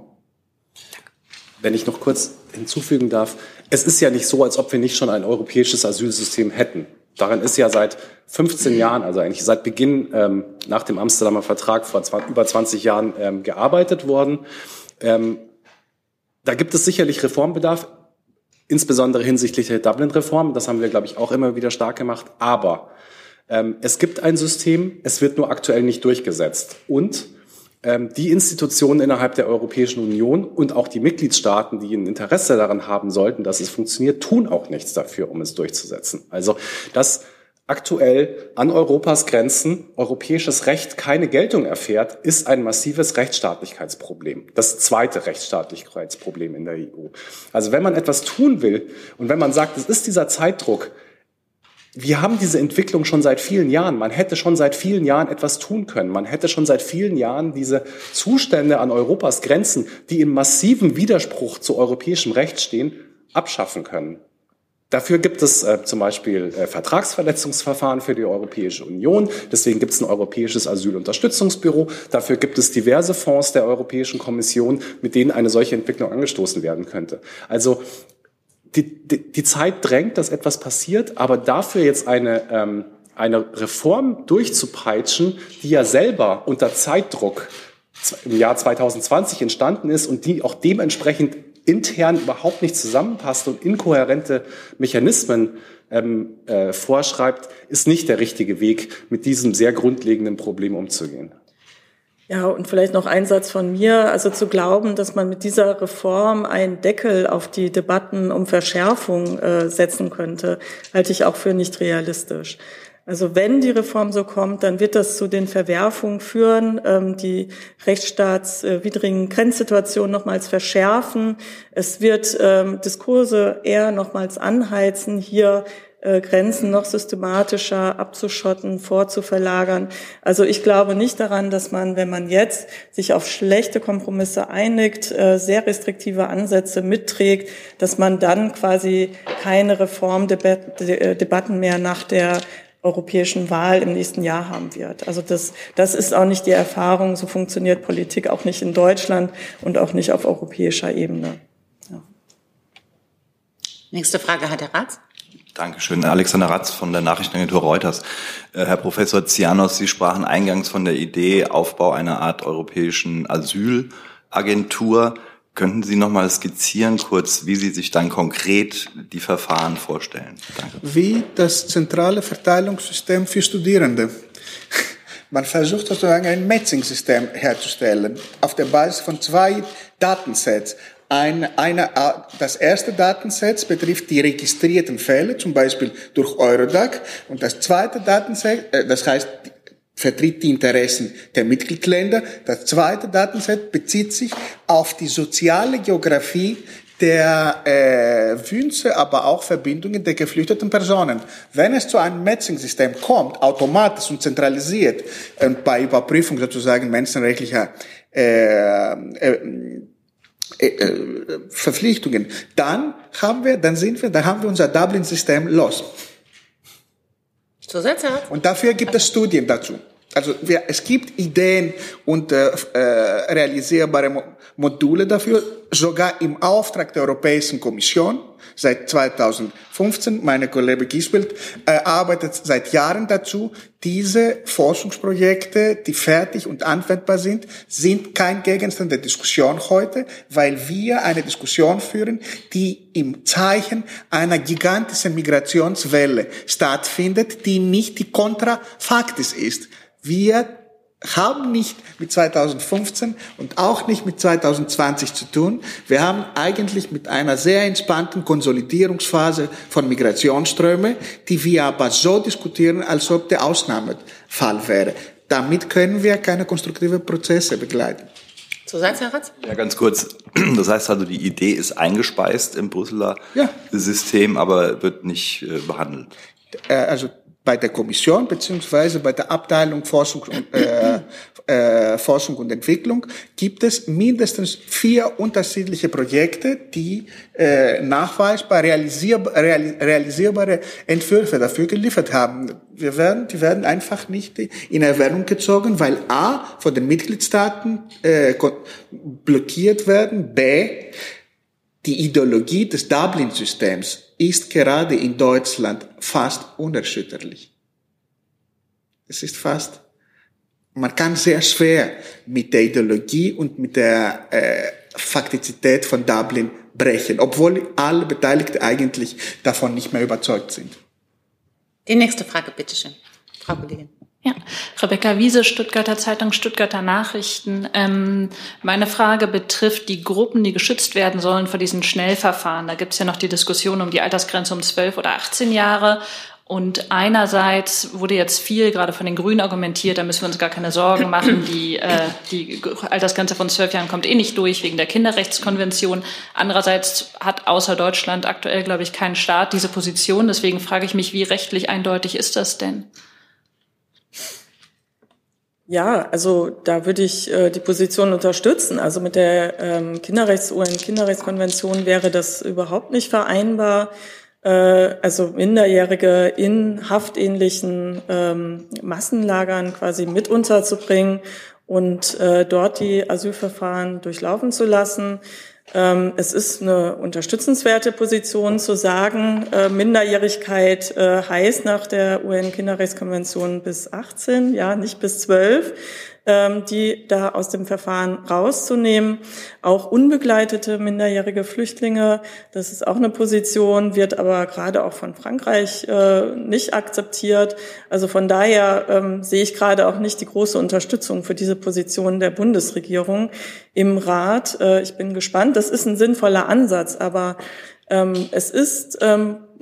Wenn ich noch kurz hinzufügen darf, es ist ja nicht so, als ob wir nicht schon ein europäisches Asylsystem hätten. Daran ist ja seit fünfzehn Jahren, also eigentlich seit Beginn ähm, nach dem Amsterdamer Vertrag vor zwei, über zwanzig Jahren ähm, gearbeitet worden. Ähm, Da gibt es sicherlich Reformbedarf, insbesondere hinsichtlich der Dublin-Reform. Das haben wir, glaube ich, auch immer wieder stark gemacht. Aber ähm, es gibt ein System, es wird nur aktuell nicht durchgesetzt. Und ähm, die Institutionen innerhalb der Europäischen Union und auch die Mitgliedstaaten, die ein Interesse daran haben sollten, dass es funktioniert, tun auch nichts dafür, um es durchzusetzen. Also das aktuell an Europas Grenzen europäisches Recht keine Geltung erfährt, ist ein massives Rechtsstaatlichkeitsproblem. Das zweite Rechtsstaatlichkeitsproblem in der E U. Also wenn man etwas tun will und wenn man sagt, es ist dieser Zeitdruck, wir haben diese Entwicklung schon seit vielen Jahren. Man hätte schon seit vielen Jahren etwas tun können. Man hätte schon seit vielen Jahren diese Zustände an Europas Grenzen, die im massiven Widerspruch zu europäischem Recht stehen, abschaffen können. Dafür gibt es äh, zum Beispiel äh, Vertragsverletzungsverfahren für die Europäische Union. Deswegen gibt es ein europäisches Asylunterstützungsbüro. Dafür gibt es diverse Fonds der Europäischen Kommission, mit denen eine solche Entwicklung angestoßen werden könnte. Also die, die, die Zeit drängt, dass etwas passiert, aber dafür jetzt eine, ähm, eine Reform durchzupeitschen, die ja selber unter Zeitdruck im Jahr zwanzig zwanzig entstanden ist und die auch dementsprechend intern überhaupt nicht zusammenpasst und inkohärente Mechanismen ähm, äh, vorschreibt, ist nicht der richtige Weg, mit diesem sehr grundlegenden Problem umzugehen. Ja, und vielleicht noch ein Satz von mir. Also zu glauben, dass man mit dieser Reform einen Deckel auf die Debatten um Verschärfung äh, setzen könnte, halte ich auch für nicht realistisch. Also wenn die Reform so kommt, dann wird das zu den Verwerfungen führen, ähm, die rechtsstaatswidrigen Grenzsituationen nochmals verschärfen. Es wird ähm, Diskurse eher nochmals anheizen, hier äh, Grenzen noch systematischer abzuschotten, vorzuverlagern. Also ich glaube nicht daran, dass man, wenn man jetzt sich auf schlechte Kompromisse einigt, äh, sehr restriktive Ansätze mitträgt, dass man dann quasi keine Reformdebatten mehr nach der europäischen Wahl im nächsten Jahr haben wird. Also das, das ist auch nicht die Erfahrung. So funktioniert Politik auch nicht in Deutschland und auch nicht auf europäischer Ebene. Ja. Nächste Frage hat Herr Ratz. Dankeschön. Alexander Ratz von der Nachrichtenagentur Reuters. Herr Professor Tsianos, Sie sprachen eingangs von der Idee Aufbau einer Art europäischen Asylagentur. Könnten Sie noch mal skizzieren, kurz, wie Sie sich dann konkret die Verfahren vorstellen? Danke. Wie das zentrale Verteilungssystem für Studierende. Man versucht sozusagen ein Matching-System herzustellen, auf der Basis von zwei Datensets. Ein, eine, das erste Datenset betrifft die registrierten Fälle, zum Beispiel durch Eurodac. Und das zweite Datenset, äh, das heißt, vertritt die Interessen der Mitgliedsländer. Das zweite Datenset bezieht sich auf die soziale Geografie der äh, Wünsche, aber auch Verbindungen der geflüchteten Personen. Wenn es zu einem Matching-System kommt, automatisch und zentralisiert, und bei Überprüfung sozusagen menschenrechtlicher äh, äh, Verpflichtungen, dann haben wir, dann sind wir, dann haben wir unser Dublin-System los. Zusätze? Und dafür gibt es Studien dazu. Also wir, es gibt Ideen und äh, äh, realisierbare Mo- Module dafür, sogar im Auftrag der Europäischen Kommission seit zweitausendfünfzehn. Meine Kollegin Gisbelt äh, arbeitet seit Jahren dazu. Diese Forschungsprojekte, die fertig und anwendbar sind, sind kein Gegenstand der Diskussion heute, weil wir eine Diskussion führen, die im Zeichen einer gigantischen Migrationswelle stattfindet, die nicht die Kontrafaktis ist. Wir haben nicht mit zweitausendfünfzehn und auch nicht mit zweitausendzwanzig zu tun. Wir haben eigentlich mit einer sehr entspannten Konsolidierungsphase von Migrationsströmen, die wir aber so diskutieren, als ob der Ausnahmefall wäre. Damit können wir keine konstruktiven Prozesse begleiten. Zusatz, Herr Ratz? Ja, ganz kurz. Das heißt also, die Idee ist eingespeist im Brüsseler ja. System, aber wird nicht äh, behandelt. Äh, also bei der Kommission beziehungsweise bei der Abteilung Forschung und, äh, äh, Forschung und Entwicklung gibt es mindestens vier unterschiedliche Projekte, die äh, nachweisbar realisierbar, reali- realisierbare Entwürfe dafür geliefert haben. Wir werden, die werden einfach nicht in Erwägung gezogen, weil a, von den Mitgliedstaaten äh, blockiert werden, b, die Ideologie des Dublin-Systems ist gerade in Deutschland fast unerschütterlich. Es ist fast, man kann sehr schwer mit der Ideologie und mit der äh, Faktizität von Dublin brechen, obwohl alle Beteiligten eigentlich davon nicht mehr überzeugt sind. Die nächste Frage, bitteschön, Frau Kollegin. Ja, Rebecca Wiese, Stuttgarter Zeitung, Stuttgarter Nachrichten. Ähm, meine Frage betrifft die Gruppen, die geschützt werden sollen vor diesen Schnellverfahren. Da gibt es ja noch die Diskussion um die Altersgrenze um zwölf oder achtzehn Jahre. Und einerseits wurde jetzt viel, gerade von den Grünen, argumentiert, da müssen wir uns gar keine Sorgen machen. Die, äh, die Altersgrenze von zwölf Jahren kommt eh nicht durch wegen der Kinderrechtskonvention. Andererseits hat außer Deutschland aktuell, glaube ich, kein Staat diese Position. Deswegen frage ich mich, wie rechtlich eindeutig ist das denn? Ja, also da würde ich äh, die Position unterstützen. Also mit der ähm, Kinderrechts-U N-Kinderrechtskonvention wäre das überhaupt nicht vereinbar. Äh, also Minderjährige in haftähnlichen ähm, Massenlagern quasi mit unterzubringen und äh, dort die Asylverfahren durchlaufen zu lassen. Ähm, es ist eine unterstützenswerte Position zu sagen, äh, Minderjährigkeit äh, heißt nach der U N-Kinderrechtskonvention bis achtzehn, ja, nicht bis zwölf, ähm, die da aus dem Verfahren rauszunehmen. Auch unbegleitete minderjährige Flüchtlinge, das ist auch eine Position, wird aber gerade auch von Frankreich äh, nicht akzeptiert. Also von daher ähm, sehe ich gerade auch nicht die große Unterstützung für diese Position der Bundesregierung im Rat. Äh, ich bin gespannt. Das ist ein sinnvoller Ansatz, aber ähm, es ist ähm,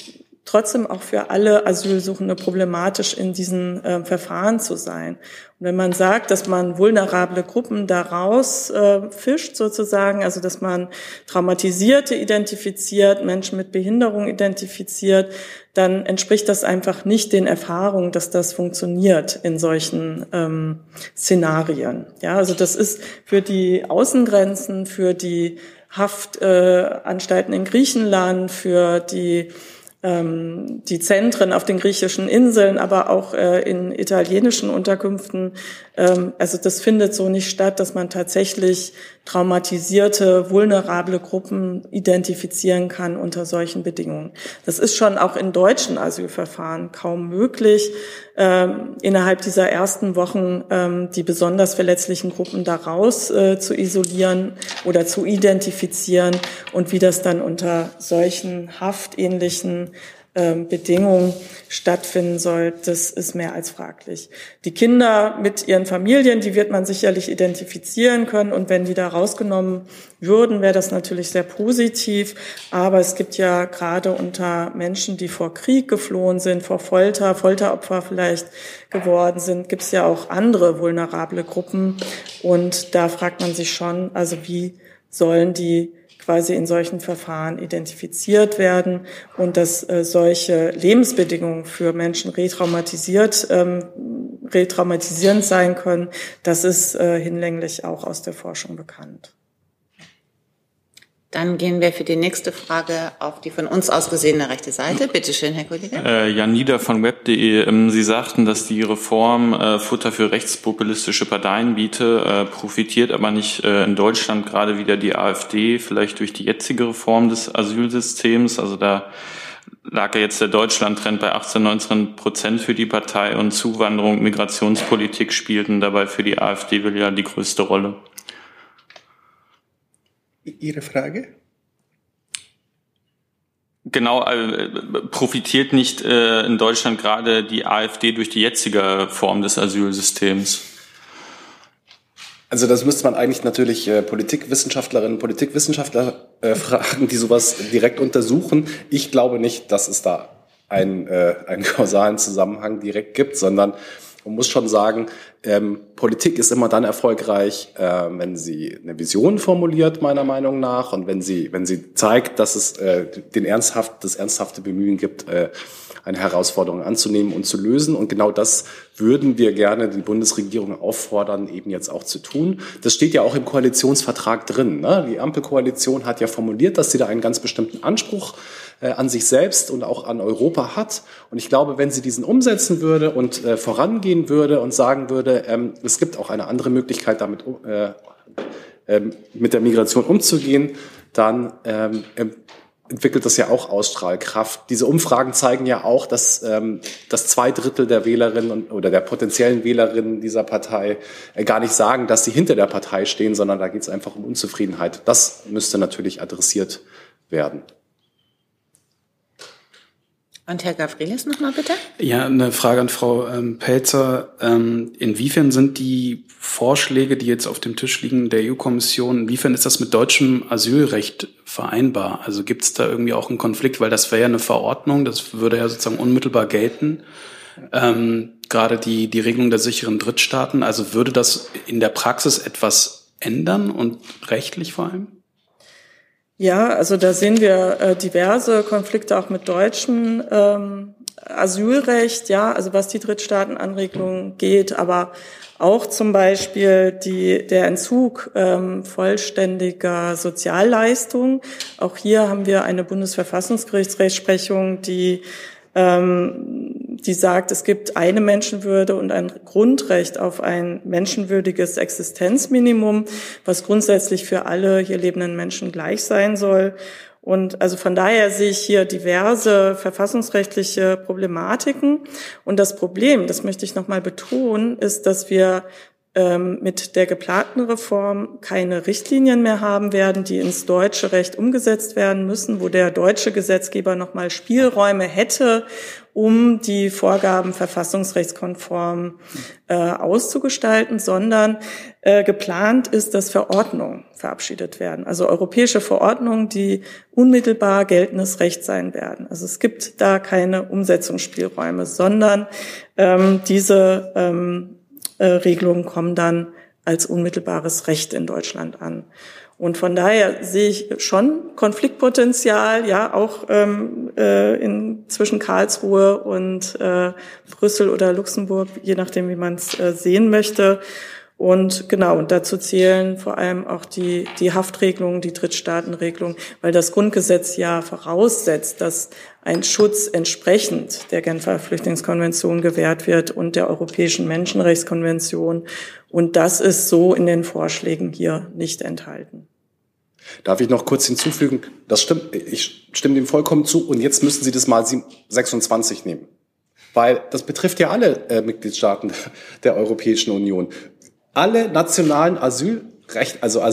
trotzdem auch für alle Asylsuchende problematisch in diesen äh, Verfahren zu sein. Und wenn man sagt, dass man vulnerable Gruppen daraus äh, fischt sozusagen, also dass man Traumatisierte identifiziert, Menschen mit Behinderung identifiziert, dann entspricht das einfach nicht den Erfahrungen, dass das funktioniert in solchen ähm, Szenarien. Ja, also das ist für die Außengrenzen, für die Haftanstalten äh, in Griechenland, für die ähm, die Zentren auf den griechischen Inseln, aber auch äh, in italienischen Unterkünften. Ähm, also das findet so nicht statt, dass man tatsächlich traumatisierte, vulnerable Gruppen identifizieren kann unter solchen Bedingungen. Das ist schon auch in deutschen Asylverfahren kaum möglich, ähm, innerhalb dieser ersten Wochen ähm, die besonders verletzlichen Gruppen daraus äh, zu isolieren oder zu identifizieren, und wie das dann unter solchen haftähnlichen ähm, Bedingungen stattfinden soll, das ist mehr als fraglich. Die Kinder mit ihren Familien, die wird man sicherlich identifizieren können, und wenn die da rausgenommen würden, wäre das natürlich sehr positiv. Aber es gibt ja gerade unter Menschen, die vor Krieg geflohen sind, vor Folter, Folteropfer vielleicht geworden sind, gibt es ja auch andere vulnerable Gruppen, und da fragt man sich schon, also wie sollen die quasi in solchen Verfahren identifiziert werden, und dass äh, solche Lebensbedingungen für Menschen retraumatisiert, ähm, retraumatisierend sein können, das ist äh, hinlänglich auch aus der Forschung bekannt. Dann gehen wir für die nächste Frage auf die von uns aus gesehene rechte Seite. Bitte schön, Herr Kollege. Äh, Jan Nieder von web punkt de. Ähm, Sie sagten, dass die Reform äh, Futter für rechtspopulistische Parteien biete, äh, profitiert aber nicht äh, in Deutschland gerade wieder die AfD, vielleicht durch die jetzige Reform des Asylsystems. Also da lag ja jetzt der Deutschland-Trend bei achtzehn, neunzehn Prozent für die Partei, und Zuwanderung, Migrationspolitik spielten dabei für die AfD ja die größte Rolle. Ihre Frage? Genau, äh, profitiert nicht äh, in Deutschland gerade die AfD durch die jetzige Form des Asylsystems? Also das müsste man eigentlich natürlich äh, Politikwissenschaftlerinnen und Politikwissenschaftler äh, fragen, die sowas direkt untersuchen. Ich glaube nicht, dass es da einen, äh, einen kausalen Zusammenhang direkt gibt, sondern man muss schon sagen, ähm, Politik ist immer dann erfolgreich, äh, wenn sie eine Vision formuliert, meiner Meinung nach, und wenn sie, wenn sie zeigt, dass es äh, den ernsthaft, das ernsthafte Bemühen gibt, äh, eine Herausforderung anzunehmen und zu lösen. Und genau das würden wir gerne die Bundesregierung auffordern, eben jetzt auch zu tun. Das steht ja auch im Koalitionsvertrag drin, ne? Die Ampelkoalition hat ja formuliert, dass sie da einen ganz bestimmten Anspruch äh, an sich selbst und auch an Europa hat. Und ich glaube, wenn sie diesen umsetzen würde und äh, vorangehen würde und sagen würde, ähm, es gibt auch eine andere Möglichkeit, damit äh, äh, mit der Migration umzugehen, dann ähm, entwickelt das ja auch Ausstrahlkraft. Diese Umfragen zeigen ja auch, dass, ähm, dass zwei Drittel der Wählerinnen und, oder der potenziellen Wählerinnen dieser Partei äh, gar nicht sagen, dass sie hinter der Partei stehen, sondern da geht es einfach um Unzufriedenheit. Das müsste natürlich adressiert werden. Und Herr Gavrilis nochmal bitte. Ja, eine Frage an Frau ähm, Pelzer. Ähm, inwiefern sind die Vorschläge, die jetzt auf dem Tisch liegen, der E U-Kommission, inwiefern ist das mit deutschem Asylrecht vereinbar? Also gibt es da irgendwie auch einen Konflikt? Weil das wäre ja eine Verordnung, das würde ja sozusagen unmittelbar gelten. Ähm, gerade die, die Regelung der sicheren Drittstaaten. Also würde das in der Praxis etwas ändern und rechtlich vor allem? Ja, also da sehen wir äh, diverse Konflikte auch mit deutschem ähm, Asylrecht, ja, also was die Drittstaatenanregelung geht, aber auch zum Beispiel die, der Entzug ähm, vollständiger Sozialleistungen. Auch hier haben wir eine Bundesverfassungsgerichtsrechtsprechung, die ähm, die sagt, es gibt eine Menschenwürde und ein Grundrecht auf ein menschenwürdiges Existenzminimum, was grundsätzlich für alle hier lebenden Menschen gleich sein soll. Und also von daher sehe ich hier diverse verfassungsrechtliche Problematiken. Und das Problem, das möchte ich nochmal betonen, ist, dass wir ähm, mit der geplanten Reform keine Richtlinien mehr haben werden, die ins deutsche Recht umgesetzt werden müssen, wo der deutsche Gesetzgeber nochmal Spielräume hätte, um die Vorgaben verfassungsrechtskonform äh, auszugestalten, sondern äh, geplant ist, dass Verordnungen verabschiedet werden, also europäische Verordnungen, die unmittelbar geltendes Recht sein werden. Also es gibt da keine Umsetzungsspielräume, sondern ähm, diese ähm, äh, Regelungen kommen dann als unmittelbares Recht in Deutschland an. Und von daher sehe ich schon Konfliktpotenzial, ja, auch ähm, äh, in, zwischen Karlsruhe und äh, Brüssel oder Luxemburg, je nachdem, wie man es äh, sehen möchte. Und genau, und dazu zählen vor allem auch die, die Haftregelungen, die Drittstaatenregelung, weil das Grundgesetz ja voraussetzt, dass ein Schutz entsprechend der Genfer Flüchtlingskonvention gewährt wird und der Europäischen Menschenrechtskonvention. Und das ist so in den Vorschlägen hier nicht enthalten. Darf ich noch kurz hinzufügen? Das stimmt, ich stimme dem vollkommen zu. Und jetzt müssen Sie das mal sechsundzwanzig nehmen. Weil das betrifft ja alle äh, Mitgliedstaaten der Europäischen Union. Alle nationalen Asylrecht, also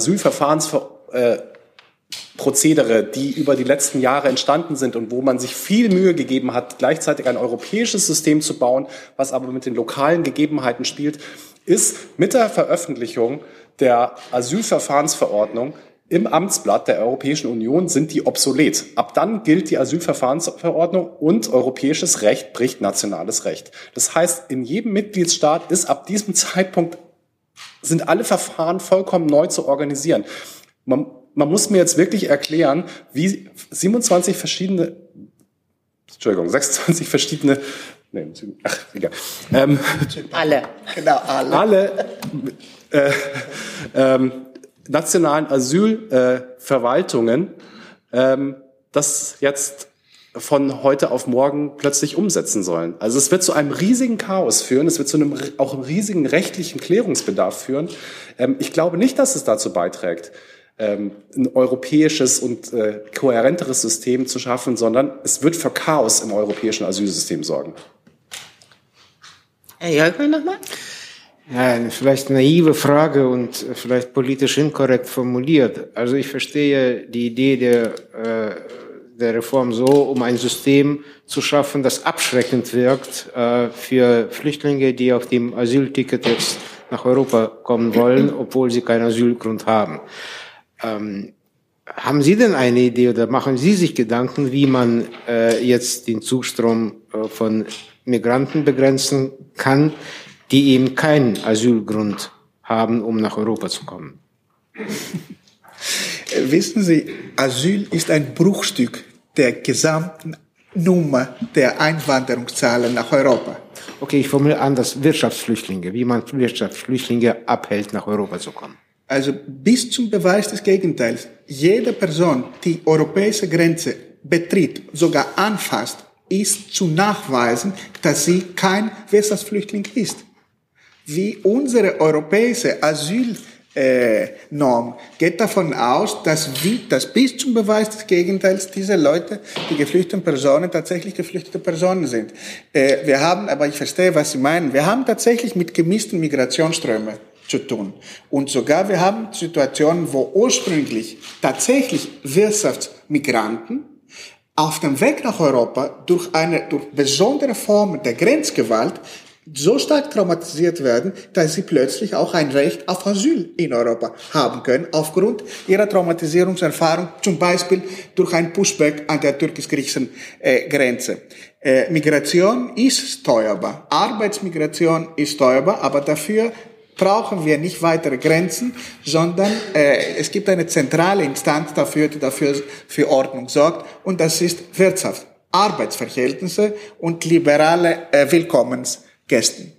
Asylverfahrensprozedere, die über die letzten Jahre entstanden sind und wo man sich viel Mühe gegeben hat, gleichzeitig ein europäisches System zu bauen, was aber mit den lokalen Gegebenheiten spielt, ist mit der Veröffentlichung der Asylverfahrensverordnung im Amtsblatt der Europäischen Union sind die obsolet. Ab dann gilt die Asylverfahrensverordnung und europäisches Recht bricht nationales Recht. Das heißt, in jedem Mitgliedstaat ist ab diesem Zeitpunkt sind alle Verfahren vollkommen neu zu organisieren. Man, man muss mir jetzt wirklich erklären, wie siebenundzwanzig verschiedene, Entschuldigung, sechsundzwanzig verschiedene, nee, ach, egal. Ähm, alle, genau, alle. Alle äh, ähm, nationalen Asylverwaltungen äh, ähm, das jetzt von heute auf morgen plötzlich umsetzen sollen. Also es wird zu einem riesigen Chaos führen, es wird zu einem auch einem riesigen rechtlichen Klärungsbedarf führen. Ähm, ich glaube nicht, dass es dazu beiträgt, ähm, ein europäisches und äh, kohärenteres System zu schaffen, sondern es wird für Chaos im europäischen Asylsystem sorgen. Herr Jörgmann nochmal? Ja, eine vielleicht naive Frage und vielleicht politisch inkorrekt formuliert. Also ich verstehe die Idee der äh, der Reform so, um ein System zu schaffen, das abschreckend wirkt äh, für Flüchtlinge, die auf dem Asylticket jetzt nach Europa kommen wollen, obwohl sie keinen Asylgrund haben. Ähm, haben Sie denn eine Idee oder machen Sie sich Gedanken, wie man äh, jetzt den Zustrom äh, von Migranten begrenzen kann, die eben keinen Asylgrund haben, um nach Europa zu kommen? Wissen Sie, Asyl ist ein Bruchstück der gesamten Nummer der Einwanderungszahlen nach Europa. Okay, ich formuliere anders, Wirtschaftsflüchtlinge, wie man Wirtschaftsflüchtlinge abhält, nach Europa zu kommen. Also bis zum Beweis des Gegenteils. Jede Person, die europäische Grenze betritt, sogar anfasst, ist zu nachweisen, dass sie kein Wirtschaftsflüchtling ist. Wie unsere europäische Asyl Äh, Norm geht davon aus, dass, wie, dass bis zum Beweis des Gegenteils diese Leute, die geflüchteten Personen, tatsächlich geflüchtete Personen sind. Äh, wir haben, aber ich verstehe, was Sie meinen, wir haben tatsächlich mit gemischten Migrationsströmen zu tun. Und sogar wir haben Situationen, wo ursprünglich tatsächlich Wirtschaftsmigranten auf dem Weg nach Europa durch eine, durch besondere Formen der Grenzgewalt so stark traumatisiert werden, dass sie plötzlich auch ein Recht auf Asyl in Europa haben können, aufgrund ihrer Traumatisierungserfahrung, zum Beispiel durch ein Pushback an der türkisch-griechischen äh, Grenze. Äh, Migration ist steuerbar, Arbeitsmigration ist steuerbar, aber dafür brauchen wir nicht weitere Grenzen, sondern äh, es gibt eine zentrale Instanz dafür, die dafür für Ordnung sorgt, und das ist Wirtschaft, Arbeitsverhältnisse und liberale äh, Willkommens Gästen.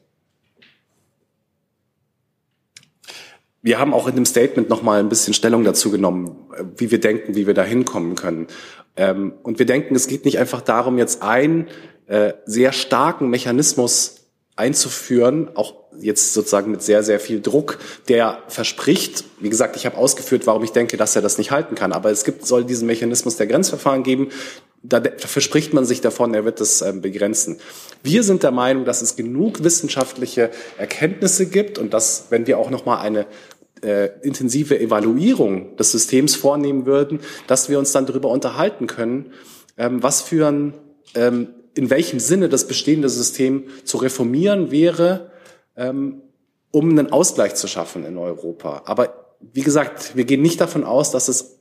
Wir haben auch in dem Statement noch mal ein bisschen Stellung dazu genommen, wie wir denken, wie wir da hinkommen können. Und wir denken, es geht nicht einfach darum, jetzt einen sehr starken Mechanismus einzuführen, auch jetzt sozusagen mit sehr, sehr viel Druck, der verspricht, wie gesagt, ich habe ausgeführt, warum ich denke, dass er das nicht halten kann, aber es gibt, soll diesen Mechanismus der Grenzverfahren geben, da verspricht man sich davon, er wird das ähm, begrenzen. Wir sind der Meinung, dass es genug wissenschaftliche Erkenntnisse gibt und dass, wenn wir auch nochmal eine äh, intensive Evaluierung des Systems vornehmen würden, dass wir uns dann darüber unterhalten können, ähm, was für ein, ähm, in welchem Sinne das bestehende System zu reformieren wäre, ähm, um einen Ausgleich zu schaffen in Europa. Aber wie gesagt, wir gehen nicht davon aus, dass es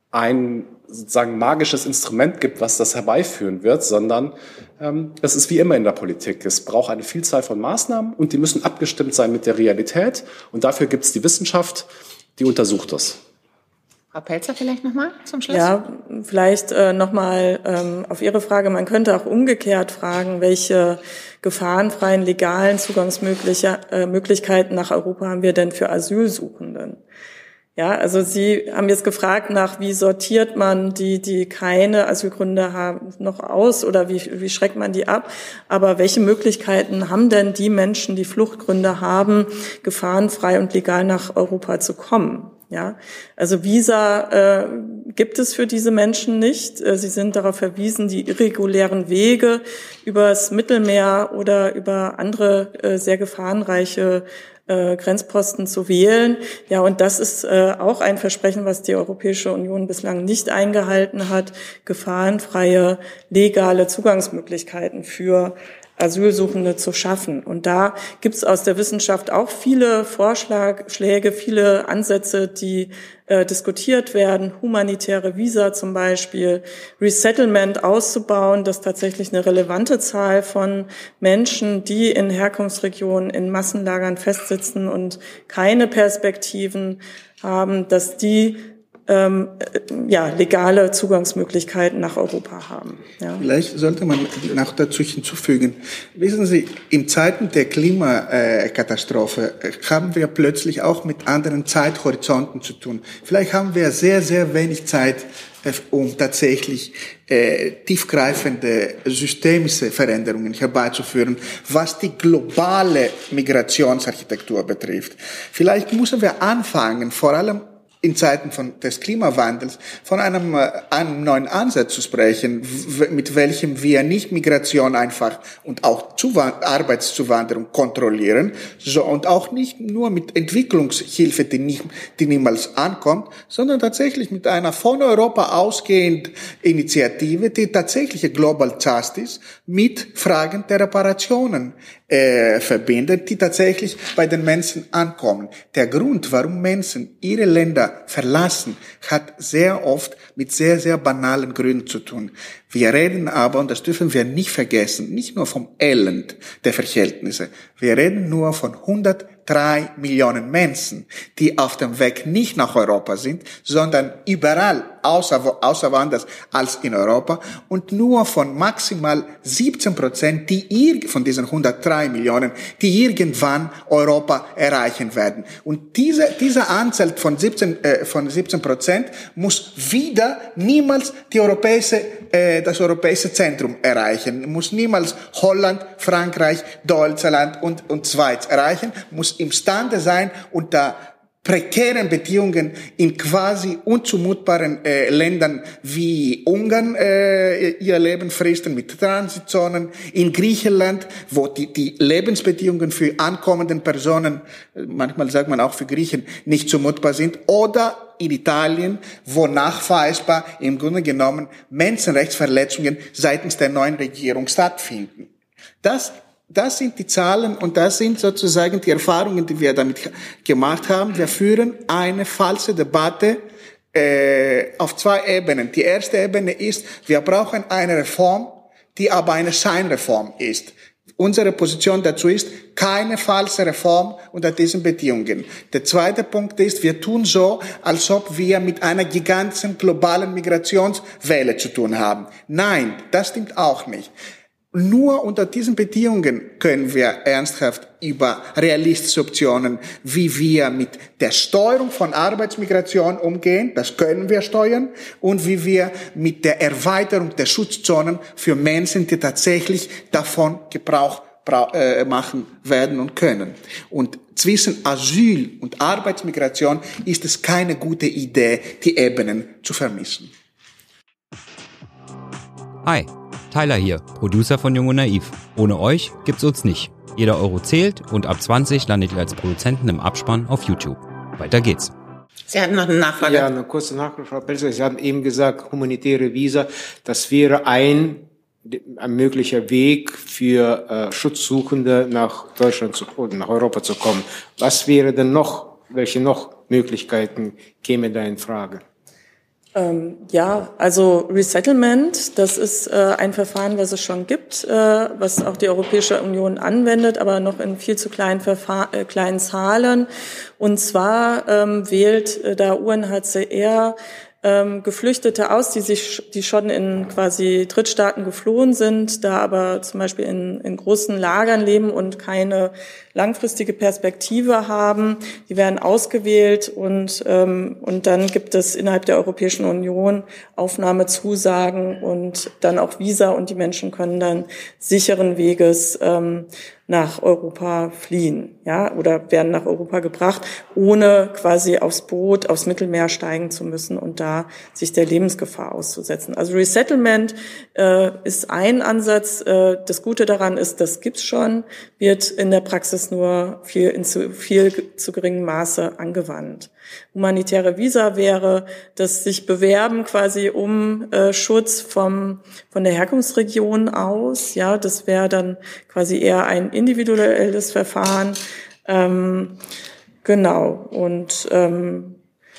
ein sozusagen magisches Instrument gibt, was das herbeiführen wird, sondern ähm, es ist wie immer in der Politik. Es braucht eine Vielzahl von Maßnahmen und die müssen abgestimmt sein mit der Realität. Und dafür gibt es die Wissenschaft, die untersucht das. Frau Pelzer vielleicht nochmal zum Schluss? Ja, vielleicht äh, nochmal ähm, auf Ihre Frage. Man könnte auch umgekehrt fragen, welche gefahrenfreien, legalen Zugangsmöglichkeiten nach Europa haben wir denn für Asylsuchenden? Ja, also Sie haben jetzt gefragt nach, wie sortiert man die, die keine Asylgründe haben, noch aus oder wie, wie schreckt man die ab? Aber welche Möglichkeiten haben denn die Menschen, die Fluchtgründe haben, gefahrenfrei und legal nach Europa zu kommen? Ja, also Visa äh, gibt es für diese Menschen nicht. Äh, sie sind darauf verwiesen, die irregulären Wege übers Mittelmeer oder über andere äh, sehr gefahrenreiche Äh, Grenzposten zu wählen. Ja, und das ist äh, auch ein Versprechen, was die Europäische Union bislang nicht eingehalten hat, gefahrenfreie, legale Zugangsmöglichkeiten für Asylsuchende zu schaffen. Und da gibt es aus der Wissenschaft auch viele Vorschläge, viele Ansätze, die äh, diskutiert werden. Humanitäre Visa zum Beispiel, Resettlement auszubauen, dass tatsächlich eine relevante Zahl von Menschen, die in Herkunftsregionen, in Massenlagern festsitzen und keine Perspektiven haben, dass die Ähm, ja, legale Zugangsmöglichkeiten nach Europa haben. Ja. Vielleicht sollte man noch dazu hinzufügen, wissen Sie, in Zeiten der Klimakatastrophe haben wir plötzlich auch mit anderen Zeithorizonten zu tun. Vielleicht haben wir sehr, sehr wenig Zeit, um tatsächlich äh, tiefgreifende systemische Veränderungen herbeizuführen, was die globale Migrationsarchitektur betrifft. Vielleicht müssen wir anfangen, vor allem in Zeiten von, des Klimawandels von einem, äh, einem neuen Ansatz zu sprechen, w- mit welchem wir nicht Migration einfach und auch Zuwand- Arbeitszuwanderung kontrollieren, so, und auch nicht nur mit Entwicklungshilfe, die, nicht, die niemals ankommt, sondern tatsächlich mit einer von Europa ausgehenden Initiative, die tatsächliche Global Justice mit Fragen der Reparationen äh, verbindet, die tatsächlich bei den Menschen ankommen. Der Grund, warum Menschen ihre Länder verlassen, hat sehr oft mit sehr, sehr banalen Gründen zu tun. Wir reden aber, und das dürfen wir nicht vergessen, nicht nur vom Elend der Verhältnisse. Wir reden nur von hundertdrei Millionen Menschen, die auf dem Weg nicht nach Europa sind, sondern überall außer, außer woanders als in Europa, und nur von maximal siebzehn Prozent, die ihr, von diesen hundertdrei Millionen, die irgendwann Europa erreichen werden. Und diese, diese Anzahl von siebzehn, äh, von siebzehn Prozent muss wieder niemals die europäische, äh, das europäische Zentrum erreichen, muss niemals Holland, Frankreich, Deutschland und, und Schweiz erreichen, muss imstande sein, unter prekären Bedingungen in quasi unzumutbaren äh, Ländern wie Ungarn äh, ihr Leben fristen mit Transitzonen, in Griechenland, wo die, die Lebensbedingungen für ankommenden Personen, manchmal sagt man auch für Griechen, nicht zumutbar sind, oder in Italien, wo nachweisbar im Grunde genommen Menschenrechtsverletzungen seitens der neuen Regierung stattfinden. Das Das sind die Zahlen und das sind sozusagen die Erfahrungen, die wir damit gemacht haben. Wir führen eine falsche Debatte äh, auf zwei Ebenen. Die erste Ebene ist, wir brauchen eine Reform, die aber eine Scheinreform ist. Unsere Position dazu ist, keine falsche Reform unter diesen Bedingungen. Der zweite Punkt ist, wir tun so, als ob wir mit einer gigantischen globalen Migrationswelle zu tun haben. Nein, das stimmt auch nicht. Nur unter diesen Bedingungen können wir ernsthaft über realistische Optionen, wie wir mit der Steuerung von Arbeitsmigration umgehen, das können wir steuern, und wie wir mit der Erweiterung der Schutzzonen für Menschen, die tatsächlich davon Gebrauch äh, machen werden und können. Und zwischen Asyl und Arbeitsmigration ist es keine gute Idee, die Ebenen zu vermischen. Hi, Tyler hier, Producer von Jung und Naiv. Ohne euch gibt's uns nicht. Jeder Euro zählt und ab zwanzig landet ihr als Produzenten im Abspann auf YouTube. Weiter geht's. Sie hatten noch eine Nachfrage. Ja, eine kurze Nachfrage, Frau Pelzer. Sie haben eben gesagt, humanitäre Visa, das wäre ein, ein möglicher Weg für äh, Schutzsuchende nach Deutschland zu, oder nach Europa zu kommen. Was wäre denn noch, welche noch Möglichkeiten kämen da in Frage? Ähm, ja, also Resettlement, das ist äh, ein Verfahren, was es schon gibt, äh, was auch die Europäische Union anwendet, aber noch in viel zu kleinen, Verfahr- äh, kleinen Zahlen. Und zwar ähm, wählt äh, da U N H C R ähm, Geflüchtete aus, die sich, die schon in quasi Drittstaaten geflohen sind, da aber zum Beispiel in, in großen Lagern leben und keine langfristige Perspektive haben. Die werden ausgewählt und ähm, und dann gibt es innerhalb der Europäischen Union Aufnahmezusagen und dann auch Visa und die Menschen können dann sicheren Weges ähm, nach Europa fliehen, ja, oder werden nach Europa gebracht, ohne quasi aufs Boot, aufs Mittelmeer steigen zu müssen und da sich der Lebensgefahr auszusetzen. Also Resettlement äh, ist ein Ansatz. Äh, das Gute daran ist, das gibt's schon, wird in der Praxis nur viel in zu viel zu geringem Maße angewandt. Humanitäre Visa wäre das sich bewerben quasi um äh, Schutz vom von der Herkunftsregion aus. Ja, das wäre dann quasi eher ein individuelles Verfahren. Ähm, genau. Und ähm,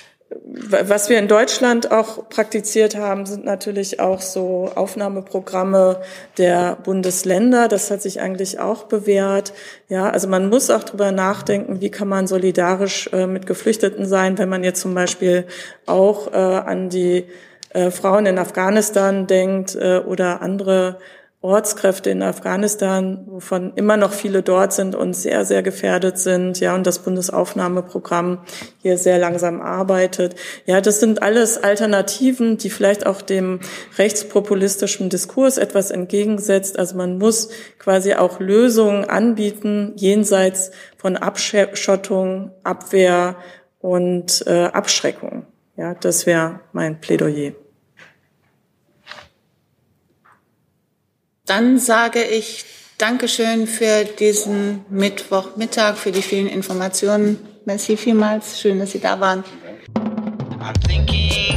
was wir in Deutschland auch praktiziert haben, sind natürlich auch so Aufnahmeprogramme der Bundesländer. Das hat sich eigentlich auch bewährt. Ja, also man muss auch drüber nachdenken, wie kann man solidarisch äh, mit Geflüchteten sein, wenn man jetzt zum Beispiel auch äh, an die äh, Frauen in Afghanistan denkt äh, oder andere Ortskräfte in Afghanistan, wovon immer noch viele dort sind und sehr, sehr gefährdet sind, ja, und das Bundesaufnahmeprogramm hier sehr langsam arbeitet. Ja, das sind alles Alternativen, die vielleicht auch dem rechtspopulistischen Diskurs etwas entgegensetzt. Also man muss quasi auch Lösungen anbieten, jenseits von Abschottung, Abwehr und äh, Abschreckung. Ja, das wäre mein Plädoyer. Dann sage ich Dankeschön für diesen Mittwochmittag, für die vielen Informationen. Merci vielmals. Schön, dass Sie da waren. I'm thinking